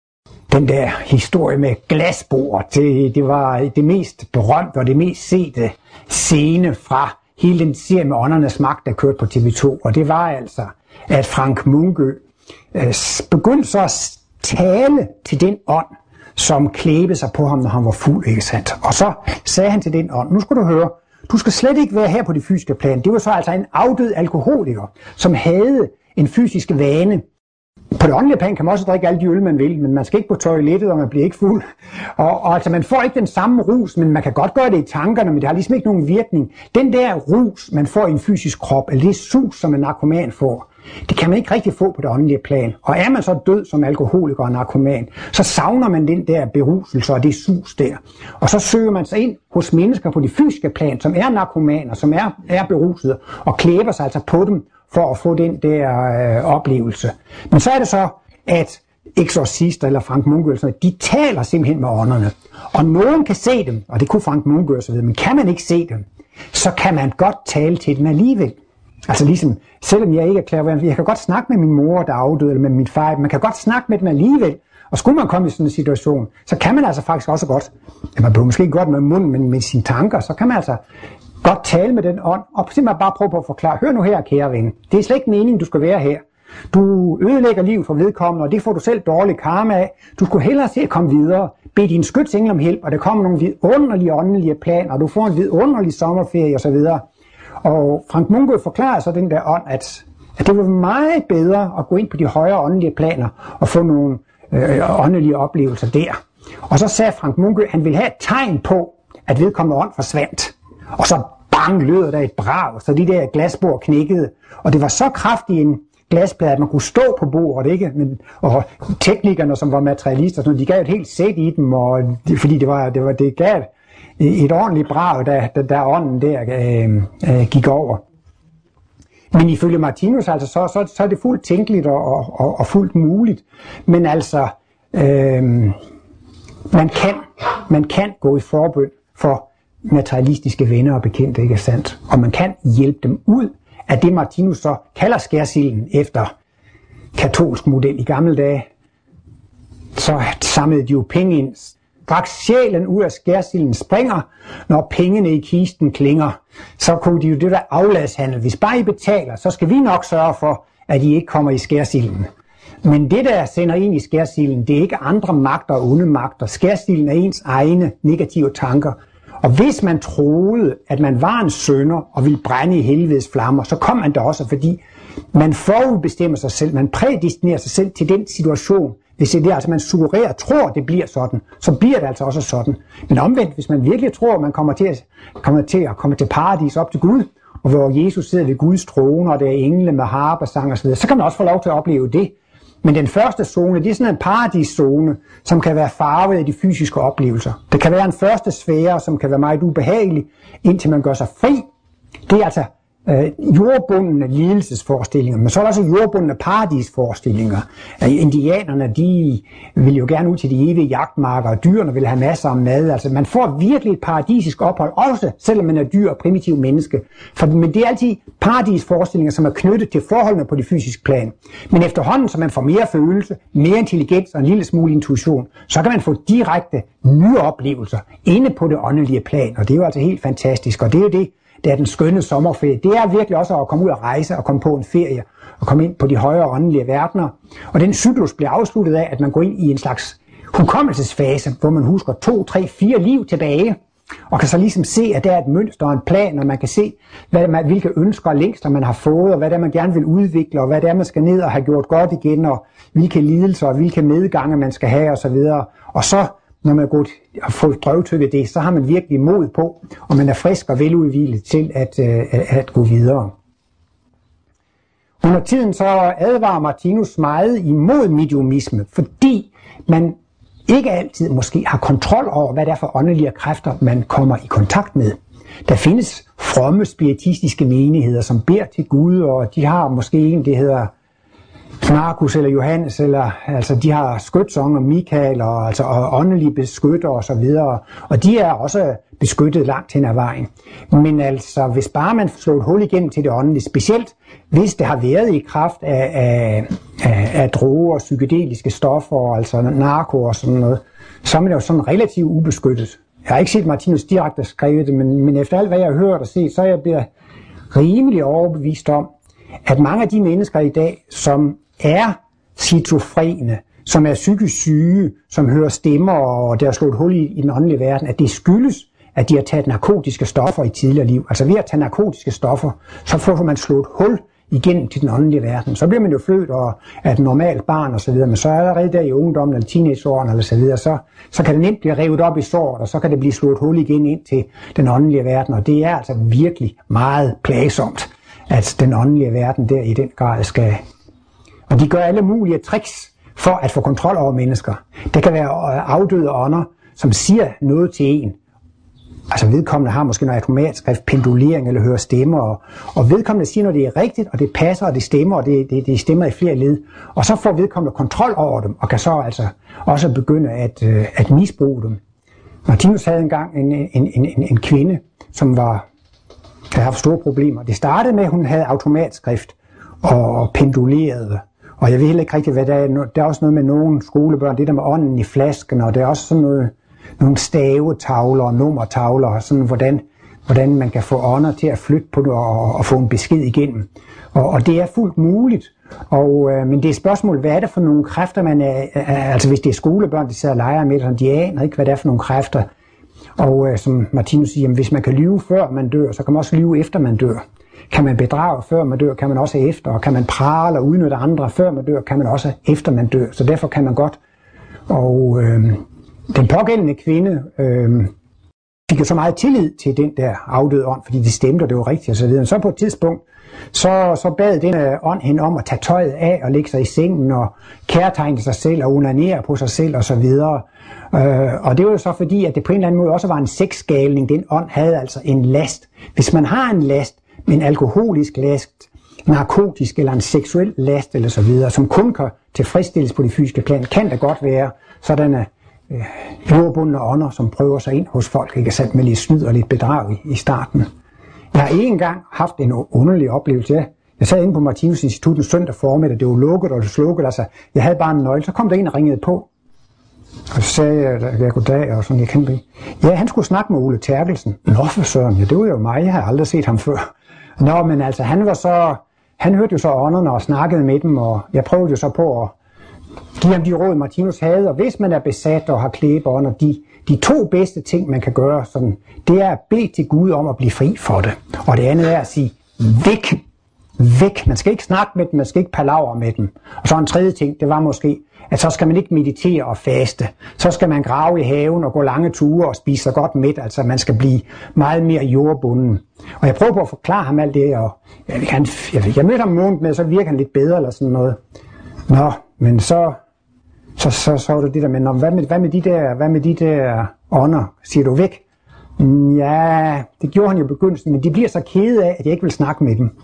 den der historie med glasbord, det var det mest berømte og det mest sete scene fra hele den serie med Åndernes Magt, der kørte på TV2. Og det var altså, at Frank Munke begyndte så at tale til den ånd, som klæbede sig på ham, når han var fuld, ikke sandt? Og så sagde han til den ånd, nu skal du høre, du skal slet ikke være her på det fysiske plan. Det var så altså en afdød alkoholiker, som havde en fysisk vane. På det åndelige plan kan man også drikke alle de øl, man vil, men man skal ikke på toilettet, og man bliver ikke fuld. Og altså, man får ikke den samme rus, men man kan godt gøre det i tankerne, men det har ligesom ikke nogen virkning. Den der rus, man får i en fysisk krop, eller det sus, som en narkoman får, det kan man ikke rigtig få på det åndelige plan. Og er man så død som alkoholiker og narkoman, så savner man den der beruselse og det sus der. Og så søger man sig ind hos mennesker på det fysiske plan, som er narkomaner, som er berusede, og klæber sig altså på dem, for at få den der oplevelse. Men så er det så, at eksorcister eller Frank Munke, de taler simpelthen med ånderne. Og nogen kan se dem, og det kunne Frank Munke og så videre, men kan man ikke se dem, så kan man godt tale til dem alligevel. Altså ligesom, selvom jeg ikke er klar, jeg kan godt snakke med min mor, der er afdød, eller med min far, man kan godt snakke med dem alligevel. Og skulle man komme i sådan en situation, så kan man altså faktisk også godt, man behøver måske ikke godt med munden, men med sine tanker, så kan man altså godt tale med den ånd, og simpelthen bare prøve på at forklare, hør nu her, kære ven, det er slet ikke meningen, du skal være her. Du ødelægger livet for vedkommende, og det får du selv dårlig karma af. Du skulle hellere se at komme videre. Bed din skytsengel om hjælp, og der kommer nogle vidunderlige åndelige planer, og du får en vidunderlig sommerferie osv. Og Frank Munke forklarer så den der ånd, at det var meget bedre at gå ind på de højere åndelige planer og få nogle åndelige oplevelser der. Og så sagde Frank Munke, at han ville have et tegn på, at vedkommende ånd forsvandt. Og så bang, lød der et brag, så de der glasbord knækkede. Og det var så kraftig en glasplade, at man kunne stå på bordet, ikke? Og teknikerne, som var materialister, de gav et helt sæt i dem, fordi det gav et ordentligt brag, da ånden der gik over. Men ifølge Martinus, altså, så er det fuldt tænkeligt og fuldt muligt. Men altså, man kan gå i forbøn for materialistiske venner og bekendte, ikke sandt? Og man kan hjælpe dem ud af det, Martinus så kalder skærsilden efter katolsk model i gamle dage. Så samlede de jo penge ind. Straks sjælen ud af skærsilden springer, når pengene i kisten klinger. Så kunne de jo det der afladshandel. Hvis bare I betaler, så skal vi nok sørge for, at I ikke kommer i skærsilden. Men det, der sender ind i skærsilden, det er ikke andre magter og onde magter. Skærsilden er ens egne negative tanker. Og hvis man troede, at man var en synder og ville brænde i helvedes flammer, så kom man der også, fordi man forudbestemmer sig selv, man prædestinerer sig selv til den situation. Hvis det er altså, man suggererer, tror, det bliver sådan, så bliver det altså også sådan. Men omvendt, hvis man virkelig tror, at man kommer til paradis op til Gud, og hvor Jesus sidder ved Guds trone, og der er engle med harpe, sang osv., så kan man også få lov til at opleve det. Men den første zone, det er sådan en paradiszone, som kan være farvet af de fysiske oplevelser. Det kan være en første sfære, som kan være meget ubehagelig, indtil man gør sig fri. Det er altså jordbundne lidelsesforestillinger, men så er der også jordbundne paradisforestillinger. Indianerne, de vil jo gerne ud til de evige jagtmarker, og dyrene vil have masser af mad. Altså, man får virkelig et paradisisk ophold, også selvom man er dyr og primitiv menneske. Men det er altid paradisforestillinger, som er knyttet til forholdene på det fysiske plan. Men efterhånden, så man får mere følelse, mere intelligens og en lille smule intuition, så kan man få direkte nye oplevelser inde på det åndelige plan, og det er jo altså helt fantastisk, og det er jo det er den skønne sommerferie. Det er virkelig også at komme ud og rejse og komme på en ferie og komme ind på de højere åndelige verdener. Og den cyklus bliver afsluttet af, at man går ind i en slags hukommelsesfase, hvor man husker 2, 3, 4 liv tilbage, og kan så ligesom se, at der er et mønster og en plan, og man kan se, hvilke ønsker og længsler man har fået, og hvad det er, man gerne vil udvikle, og hvad det er, man skal ned og have gjort godt igen, og hvilke lidelser og hvilke medgange man skal have osv. Og så når man har fået drøvtykket det, så har man virkelig mod på, og man er frisk og veludhvilet til at gå videre. Under tiden så advarer Martinus meget imod mediumisme, fordi man ikke altid måske har kontrol over, hvad det er for åndelige kræfter, man kommer i kontakt med. Der findes fromme spiritistiske menigheder, som beder til Gud, og de har måske en, det hedder Markus eller Johannes, altså de har skytsong og Michael og åndelige beskytter og så videre, og de er også beskyttet langt hen ad vejen. Men altså, hvis bare man slår et hul igennem til det åndelige, specielt hvis det har været i kraft af droger og psykedeliske stoffer, altså narko og sådan noget, så er man jo sådan relativt ubeskyttet. Jeg har ikke set Martinus direkte skrevet det, men efter alt hvad jeg har hørt og set, så er jeg blevet rimelig overbevist om, at mange af de mennesker i dag, som er skizofrene, som er psykisk syge, som hører stemmer, og der er slået hul i den åndelige verden, at det skyldes, at de har taget narkotiske stoffer i tidligere liv. Altså ved at tage narkotiske stoffer, så får man slået hul igennem til den åndelige verden. Så bliver man jo født og er et normalt barn og så videre, men så allerede der i ungdommen eller teenageårene eller så videre, så kan det nemt blive revet op i såret, og så kan det blive slået hul igen ind til den åndelige verden, og det er altså virkelig meget plagsomt, at den åndelige verden der i den grad skal. Og de gør alle mulige tricks for at få kontrol over mennesker. Det kan være afdøde ånder, som siger noget til en. Altså vedkommende har måske noget automatskrift, pendulering eller hører stemmer, og vedkommende siger, når det er rigtigt, og det passer, og det stemmer, og det stemmer i flere led. Og så får vedkommende kontrol over dem, og kan så altså også begynde at misbruge dem. Martinus havde engang en kvinde, som havde haft store problemer. Det startede med, at hun havde automatskrift og pendulerede. Og jeg ved heller ikke rigtigt, hvad det er. Der er også noget med nogle skolebørn, det der med ånden i flasken, og det er også sådan noget, nogle stavetavler og nummertavler, og sådan hvordan man kan få ånder til at flytte på det og få en besked igennem. Og det er fuldt muligt. Men det er spørgsmålet, hvad er det for nogle kræfter, man altså hvis det er skolebørn, de sidder og leger med, så de aner ikke, hvad det er for nogle kræfter. Og som Martinus siger, hvis man kan lyve før man dør, så kan man også lyve efter man dør. Kan man bedrage før man dør, kan man også efter. Og kan man prale og udnytte andre før man dør, kan man også efter man dør. Så derfor kan man godt. Og den pågældende kvinde fik jo så meget tillid til den der afdøde ånd, fordi det stemte, og det var rigtigt og så videre. Så på et tidspunkt, så bad den ånd hende om at tage tøjet af og lægge sig i sengen og kærtegne sig selv og onanere på sig selv og så videre. Og det var jo så fordi, at det på en eller anden måde også var en sexgalning. Den ånd havde altså en last. Hvis man har en last, en alkoholisk last, narkotisk eller en seksuel last eller så videre, som kun kan tilfredsstilles på det fysiske plan, kan det godt være sådanne jordbundne ånder, som prøver sig ind hos folk, ikke sandt, med lidt snyd og lidt bedrag i starten. Jeg har en gang haft en underlig oplevelse. Jeg sad inde på Martinus Institut en søndag formiddag, det var lukket og det slukkede, altså jeg havde bare en nøgle, så kom der en og ringede på. Og så sagde jeg goddag, og sådan, jeg kendte det. Ja, han skulle snakke med Ole Terkelsen. Nå for søren, ja, det var jo mig, jeg havde aldrig set ham før. Nå, men altså, han hørte jo så ånderne og snakkede med dem, og jeg prøvede jo så på at give ham de råd, Martinus havde, og hvis man er besat og har klæbeånder, de to bedste ting, man kan gøre, sådan, det er at bede til Gud om at blive fri for det. Og det andet er at sige, væk. Man skal ikke snakke med dem, man skal ikke palavre med dem. Og så en tredje ting, det var måske, at så skal man ikke meditere og faste. Så skal man grave i haven og gå lange ture og spise sig godt mæt. Altså man skal blive meget mere jordbunden. Og jeg prøver på at forklare ham alt det, og jeg mødte ham en måned med, så virker han lidt bedre eller sådan noget. Nå, men så var det det der med, hvad med de der ånder, siger du væk? Ja, det gjorde han jo i begyndelsen, men de bliver så kede af, at jeg ikke vil snakke med dem.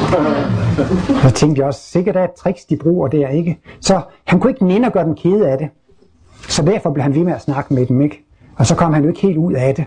Så tænkte jeg også, sikkert er et tricks, de bruger der, ikke? Så han kunne ikke nænde at gøre dem kede af det. Så derfor blev han ved med at snakke med dem, ikke? Og så kom han jo ikke helt ud af det.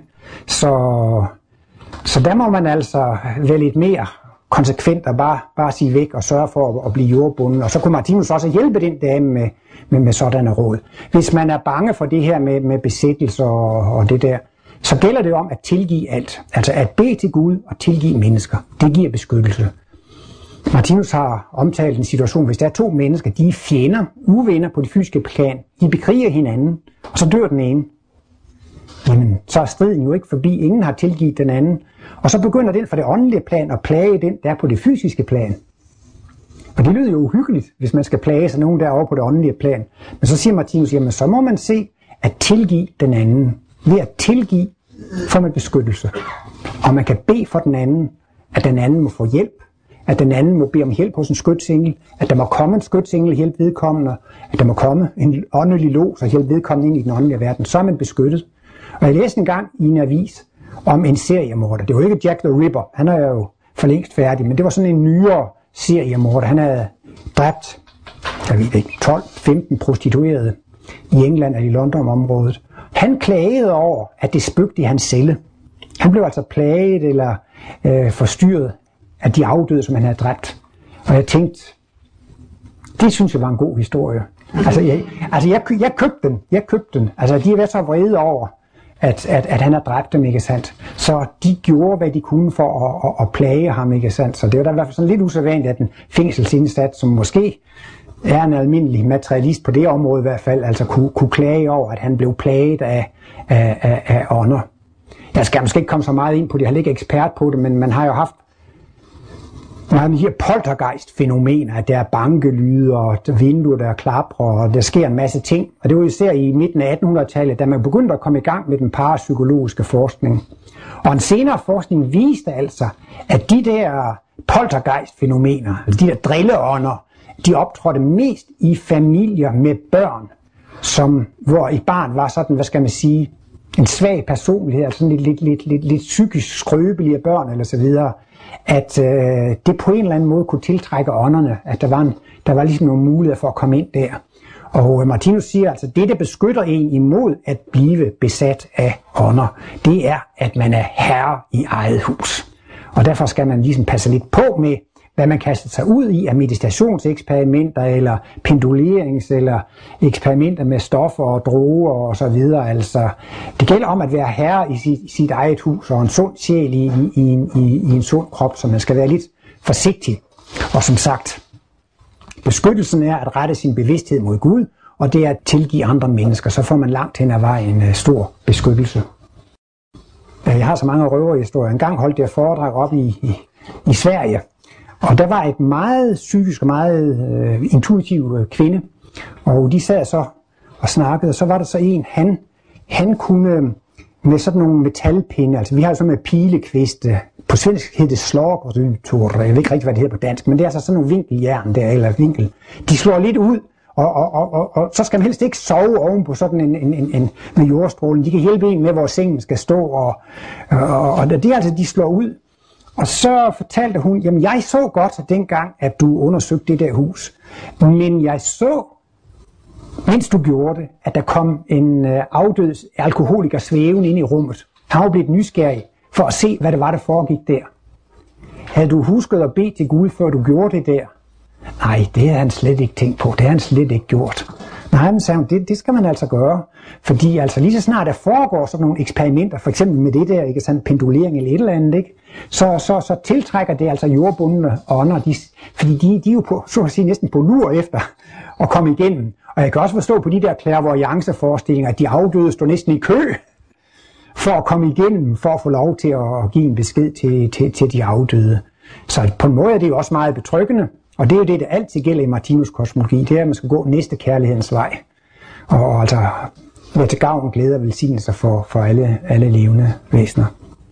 Så der må man altså være lidt mere konsekvent og bare sige væk og sørge for at blive jordbunden. Og så kunne Martinus også hjælpe den dame med sådanne råd. Hvis man er bange for det her med besættelse og det der, så gælder det om at tilgive alt. Altså at bede til Gud og tilgive mennesker. Det giver beskyttelse. Martinus har omtalt en situation, hvis der er to mennesker, de er fjender, uvenner på det fysiske plan. De bekriger hinanden, og så dør den ene. Jamen, så er striden jo ikke forbi. Ingen har tilgivet den anden. Og så begynder den fra det åndelige plan at plage den, der er på det fysiske plan. Og det lyder jo uhyggeligt, hvis man skal plage sig nogen derovre på det åndelige plan. Men så siger Martinus, jamen så må man se at tilgive den anden. Ved at tilgive får man beskyttelse. Og man kan bede for den anden, at den anden må få hjælp. At den anden må bede om hjælp hos en skytsengel. At der må komme en skytsengel og hjælpe vedkommende. At der må komme en åndelig los og hjælpe vedkommende ind i den åndelige verden. Så er man beskyttet. Og jeg læste en gang i en avis om en seriemorder. Det var ikke Jack the Ripper. Han er jo for længst færdig. Men det var sådan en nyere seriemorder. Han havde dræbt jeg ved ikke, 12-15 prostituerede i England eller i London-området. Han klagede over, at det spøgte i hans celle. Han blev altså plaget eller forstyrret af de afdøde, som han havde dræbt. Og jeg tænkte, det synes jeg var en god historie. Jeg købte den. Altså, de har været så vrede over, at han har dræbt dem, ikke sandt? Så de gjorde, hvad de kunne for at plage ham, ikke sandt? Så det var da i hvert fald sådan lidt usædvanligt, at en fængselsindsat, som måske er en almindelig materialist på det område i hvert fald, altså kunne klage over, at han blev plaget af ånder. Jeg skal måske ikke komme så meget ind på det, jeg er ikke ekspert på det, men man har jo haft de her poltergeist-fænomener, at der er bankelyde og vinduer, der klaprer, og der sker en masse ting. Og det var især i midten af 1800-tallet, da man begyndte at komme i gang med den parapsykologiske forskning. Og en senere forskning viste altså, at de der poltergeist-fænomener, de der drilleånder, de optrådte mest i familier med børn, hvor et barn var sådan, hvad skal man sige, en svag personlighed, altså lidt psykisk skrøbelige børn eller så videre, at det på en eller anden måde kunne tiltrække ånderne, at der var ligesom nogle muligheder for at komme ind der. Og Martinus siger altså, det der beskytter en imod at blive besat af ånder, det er, at man er herre i eget hus. Og derfor skal man ligesom passe lidt på med, hvad man kaster sig ud i af meditationseksperimenter, eller pendulerings, eller eksperimenter med stoffer og droger og så videre. Altså, det gælder om at være herre i sit eget hus, og en sund sjæl i en sund krop, så man skal være lidt forsigtig. Og som sagt, beskyttelsen er at rette sin bevidsthed mod Gud, og det er at tilgive andre mennesker. Så får man langt hen ad vejen en stor beskyttelse. Jeg har så mange røverhistorier. En gang holdt jeg foredrag op i Sverige, og der var et meget psykisk og meget intuitiv kvinde, og de sad så og snakkede, og så var der så en, han kunne med sådan nogle metalpinde, altså vi har jo så med pilekviste, på svensk hedder det slagrutor, jeg ved ikke rigtig, hvad det hedder på dansk, men det er altså sådan nogle vinkeljern der, eller vinkel. De slår lidt ud, og så skal man helst ikke sove oven på sådan en med jordstrålen. De kan hjælpe en med, hvor sengen skal stå, og det er altså, de slår ud. Og så fortalte hun, jamen jeg så godt dengang, at du undersøgte det der hus, men jeg så, mens du gjorde det, at der kom en afdød alkoholiker svævende ind i rummet. Han var blevet nysgerrig for at se, hvad det var, der foregik der. Havde du husket at bede til Gud, før du gjorde det der? Nej, det havde han slet ikke tænkt på. Det havde han slet ikke gjort. Nej, men sagde hun, det skal man altså gøre. Fordi altså lige så snart der foregår sådan nogle eksperimenter, for eksempel med det der, ikke, sådan pendulering eller et eller andet, ikke, så tiltrækker det altså jordbundne ånder, fordi de er jo på, så at sige, næsten på lur efter at komme igennem. Og jeg kan også forstå på de der clairvoyance-forestillinger, at de afdøde står næsten i kø for at komme igennem, for at få lov til at give en besked til de afdøde. Så på en måde er det jo også meget betryggende. Og det er jo det, der altid gælder i Martinus kosmologi, det er, at man skal gå næste kærlighedens vej. Og altså være til gavn, glæde og velsignelser for alle levende væsener.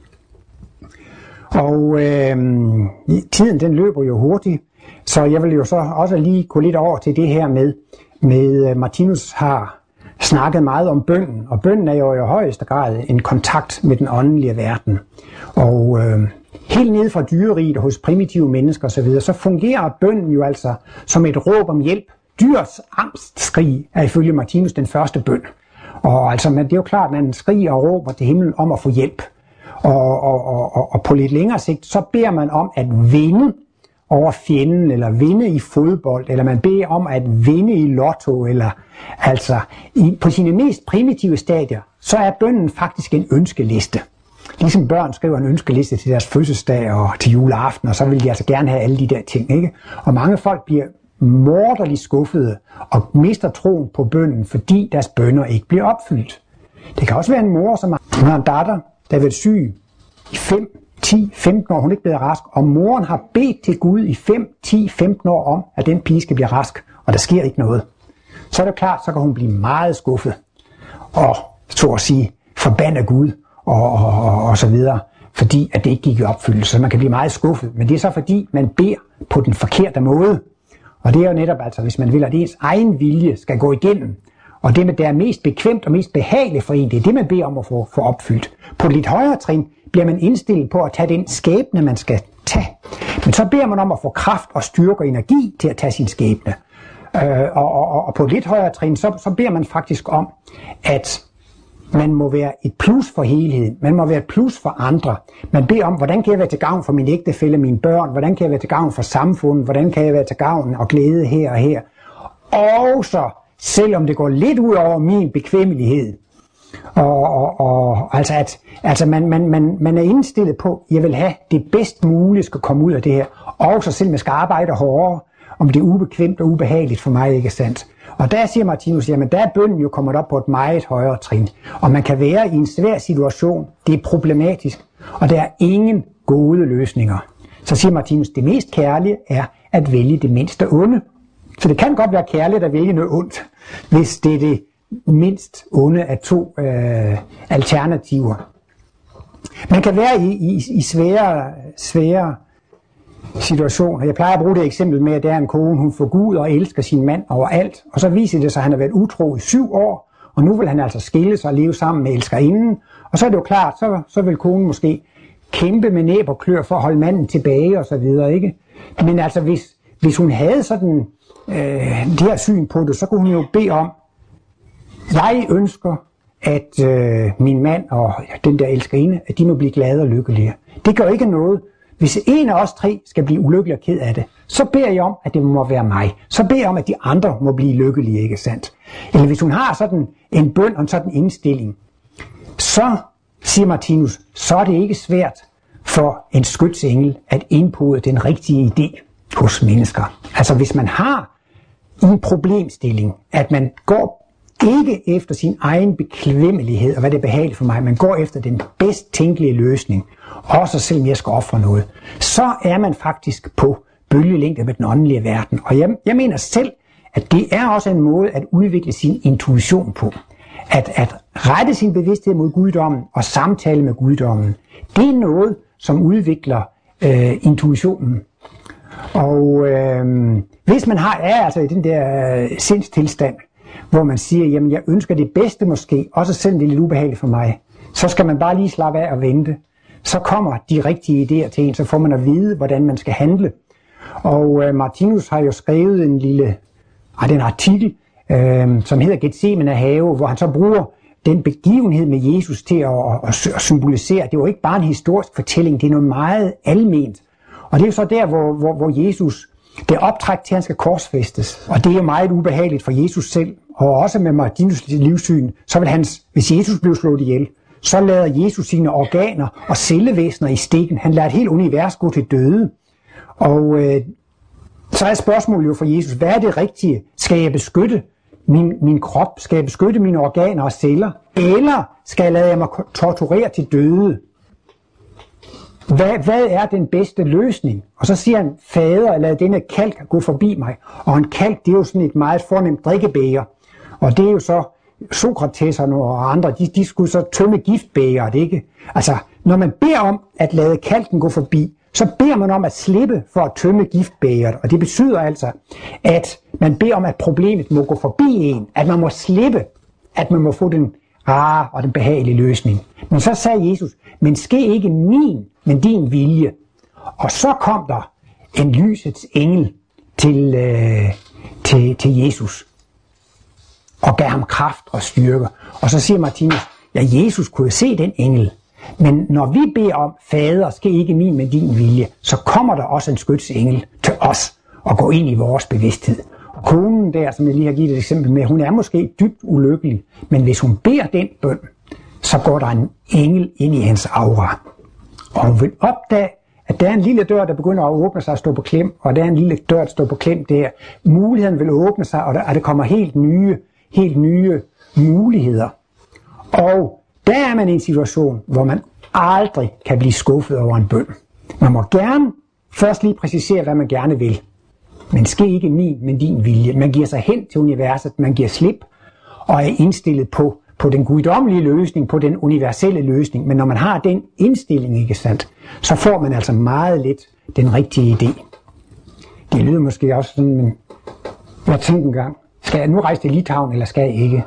Og tiden den løber jo hurtigt, så jeg vil jo så også lige gå lidt over til det her med Martinus har snakket meget om bønnen, og bønnen er jo i højeste grad en kontakt med den åndelige verden. Og helt nede fra dyreriget og hos primitive mennesker osv., så fungerer bønnen jo altså som et råb om hjælp. Dyrs angstskrig er ifølge Martinus den første bøn. Og altså, det er jo klart, at man skriger og råber til himlen om at få hjælp. Og på lidt længere sigt, så beder man om at vinde over fjenden, eller vinde i fodbold, eller man beder om at vinde i lotto, eller altså på sine mest primitive stadier, så er bønnen faktisk en ønskeliste. Ligesom børn skriver en ønskeliste til deres fødselsdag og til juleaften, og så vil de altså gerne have alle de der ting, ikke? Og mange folk bliver morderligt skuffede og mister troen på bønnen, fordi deres bønner ikke bliver opfyldt. Det kan også være en mor, som har en datter, der har været syg i 5, 10, 15 år, hun er ikke blevet rask, og moren har bedt til Gud i 5, 10, 15 år om, at den pige skal blive rask, og der sker ikke noget. Så er det klart, så kan hun blive meget skuffet, og så at sige, forbande Gud, og så videre, fordi at det ikke gik i opfyldelse. Så man kan blive meget skuffet, men det er så fordi, man beder på den forkerte måde. Og det er jo netop altså, hvis man vil, at ens egen vilje skal gå igennem, og det, der er mest bekvemt og mest behageligt for en, det er det, man beder om at få opfyldt. På et lidt højere trin bliver man indstillet på at tage den skæbne, man skal tage. Men så beder man om at få kraft og styrke og energi til at tage sin skæbne. Og på et lidt højere trin, så beder man faktisk om, at man må være et plus for helheden. Man må være et plus for andre. Man beder om, hvordan kan jeg være til gavn for min ægtefælle, mine børn? Hvordan kan jeg være til gavn for samfundet? Hvordan kan jeg være til gavn og glæde her og her? Og så, selvom det går lidt ud over min bekvemmelighed. Altså man er indstillet på, at jeg vil have det bedst mulige skal komme ud af det her. Og så selv man skal arbejde hårdere, om det er ubekvemt og ubehageligt for mig, ikke sandt? Og der siger Martinus, jamen der er bønnen jo kommet op på et meget højere trin. Og man kan være i en svær situation, det er problematisk, og der er ingen gode løsninger. Så siger Martinus, det mest kærlige er at vælge det mindste onde. Så det kan godt være kærligt at vælge noget ondt, hvis det er det mindst onde af to alternativer. Man kan være i svære situationer. Jeg plejer at bruge det eksempel med, at der er en kone, hun forguder og elsker sin mand overalt, og så viser det sig, at han har været utro i 7 år, og nu vil han altså skille sig og leve sammen med elskerinden, og så er det jo klart, så vil konen måske kæmpe med næb og klør for at holde manden tilbage og så videre, ikke? Men altså, hvis hun havde sådan det her syn på det, så kunne hun jo bede om, jeg ønsker, at min mand og den der elskerinde, at de må blive glade og lykkelige. Det gør ikke noget. Hvis en af os 3 skal blive ulykkelig og ked af det, så beder jeg om, at det må være mig. Så beder jeg om, at de andre må blive lykkelige, ikke sandt? Eller hvis hun har sådan en bøn og en sådan indstilling, så, siger Martinus, så er det ikke svært for en skytsengel at indpode den rigtige idé hos mennesker. Altså hvis man har en problemstilling, at man går ikke efter sin egen bekvemmelighed og hvad det er behageligt for mig, man går efter den bedst tænkelige løsning, også selvom jeg skal ofre noget, så er man faktisk på bølgelængde med den åndelige verden. Og jeg mener selv, at det er også en måde at udvikle sin intuition på. At rette sin bevidsthed mod guddommen og samtale med guddommen, det er noget, som udvikler intuitionen. Og hvis man er altså i den der sindstilstand, hvor man siger, jamen jeg ønsker det bedste måske, også selvom det er lidt ubehageligt for mig, så skal man bare lige slappe af og vente. Så kommer de rigtige idéer til en, så får man at vide, hvordan man skal handle. Og Martinus har jo skrevet en artikel, som hedder Getsemane have, hvor han så bruger den begivenhed med Jesus til at symbolisere. Det var ikke bare en historisk fortælling, det er noget meget alment. Og det er jo så der, hvor Jesus, det optræk til, at han skal korsfæstes. Og det er jo meget ubehageligt for Jesus selv, og også med Martinus livssyn, så vil hvis Jesus blev slået ihjel, så lader Jesus sine organer og cellevæsener i stikken. Han lader et helt univers gå til døde. Og så er spørgsmålet jo for Jesus, hvad er det rigtige? Skal jeg beskytte min krop? Skal jeg beskytte mine organer og celler? Eller skal jeg lade mig torturere til døde? Hvad er den bedste løsning? Og så siger han, fader, lad denne kalk gå forbi mig. Og en kalk, det er jo sådan et meget fornemt drikkebæger. Og det er jo så Sokrateserne og andre, de skulle så tømme giftbægeret, ikke? Altså, når man beder om at lade kalken gå forbi, så beder man om at slippe for at tømme giftbægeret. Og det betyder altså, at man beder om, at problemet må gå forbi en, at man må slippe, at man må få den rare og den behagelige løsning. Men så sagde Jesus, men ske ikke min, men din vilje. Og så kom der en lysets engel til Jesus og gav ham kraft og styrke. Og så siger Martinus, ja, Jesus kunne se den engel, men når vi beder om, fader, ske ikke min, men din vilje, så kommer der også en skytsengel til os og går ind i vores bevidsthed. Og konen der, som jeg lige har givet et eksempel med, hun er måske dybt ulykkelig, men hvis hun beder den bøn, så går der en engel ind i hendes aura. Og hun vil opdage, at der er en lille dør, der begynder at åbne sig og stå på klem, og der er en lille dør, der står på klem der. Muligheden vil åbne sig, og der kommer helt nye muligheder. Og der er man i en situation, hvor man aldrig kan blive skuffet over en bøn. Man må gerne først lige præcisere, hvad man gerne vil. Men ske ikke min, men din vilje. Man giver sig hen til universet, man giver slip, og er indstillet på den guddommelige løsning, på den universelle løsning. Men når man har den indstilling, ikke sandt, så får man altså meget let den rigtige idé. Det lyder måske også sådan, men jeg tænkte engang, skal jeg nu rejse til Litauen, eller skal jeg ikke?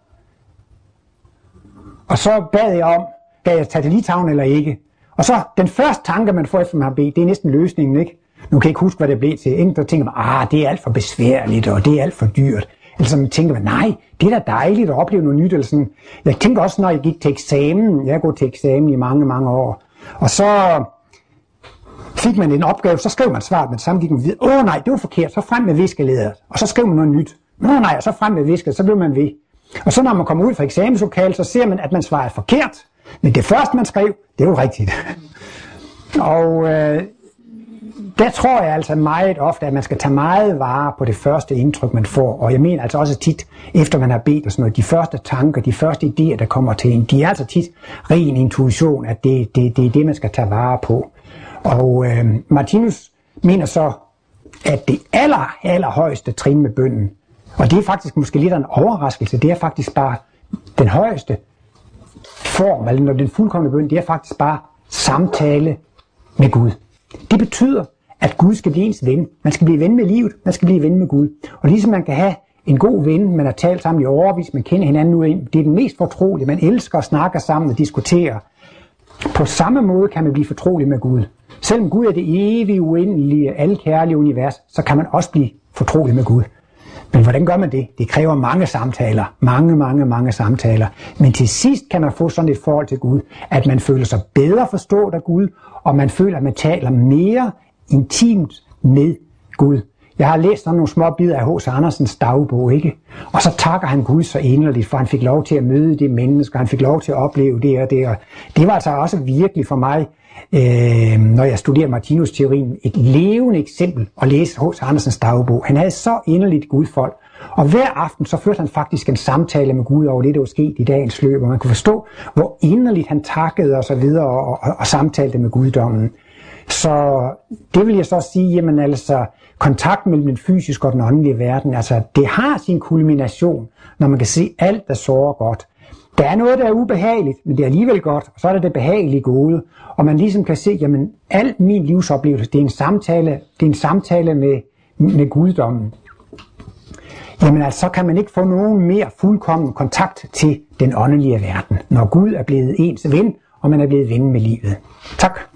Og så bad jeg om, skal jeg tage til Litauen eller ikke? Og så den første tanke, man får efter man har bedt, det er næsten løsningen, ikke? Nu kan jeg ikke huske, hvad det blev til. Enten tænker man, det er alt for besværligt, og det er alt for dyrt. Eller så tænker man, nej, det er da dejligt at opleve noget nyt. Eller sådan. Jeg tænker også, når jeg gik til eksamen. Jeg har gået til eksamen i mange, mange år. Og så fik man en opgave, så skrev man svaret, men sammen gik man videre. Nej, det var forkert, så frem med viskelæderet. Og så skrev man noget nyt. Nej, og så frem med viskelæderet, så blev man ved. Og så når man kommer ud fra eksamenslokalet, så ser man, at man svarede forkert. Men det første, man skrev, det var rigtigt. Og der tror jeg altså meget ofte, at man skal tage meget vare på det første indtryk, man får. Og jeg mener altså også tit, efter man har bedt og sådan noget, de første tanker, de første idéer, der kommer til en, de er altså tit ren intuition, at det er det, man skal tage vare på. Og Martinus mener så, at det allerhøjeste trin med bønnen, og det er faktisk måske lidt af en overraskelse, det er faktisk bare den højeste form, eller når den fuldkomne bøn, det er faktisk bare samtale med Gud. Det betyder, at Gud skal blive ens ven. Man skal blive ven med livet, man skal blive ven med Gud. Og ligesom man kan have en god ven, man har talt sammen i årevis, man kender hinanden nu, det er den mest fortrolige, man elsker at snakke sammen og diskutere. På samme måde kan man blive fortrolig med Gud. Selvom Gud er det evige, uendelige, alkærlige univers, så kan man også blive fortrolig med Gud. Men hvordan gør man det? Det kræver mange samtaler. Mange samtaler. Men til sidst kan man få sådan et forhold til Gud, at man føler sig bedre forstået af Gud, og man føler, at man taler mere intimt med Gud. Jeg har læst nogle små bidder af H.C. Andersens dagbog, ikke? Og så takker han Gud så inderligt, for han fik lov til at møde de mennesker, han fik lov til at opleve det og det. Og det var altså også virkelig for mig, når jeg studerer Martinus-teorien, et levende eksempel at læse H.C. Andersens dagbog. Han havde så inderligt Gudfolk. Og hver aften så førte han faktisk en samtale med Gud over det, der var sket i dagens løb, og man kunne forstå, hvor inderligt han takkede og så videre og samtalte med guddommen. Så det vil jeg så sige, jamen altså, kontakten mellem den fysiske og den åndelige verden, altså det har sin kulmination, når man kan se alt, der sårer godt. Der er noget, der er ubehageligt, men det er alligevel godt, og så er det behagelige gode, og man ligesom kan se, jamen alt min livsoplevelse, det er en samtale med guddommen. Jamen altså, så kan man ikke få nogen mere fuldkommen kontakt til den åndelige verden, når Gud er blevet ens ven, og man er blevet ven med livet. Tak.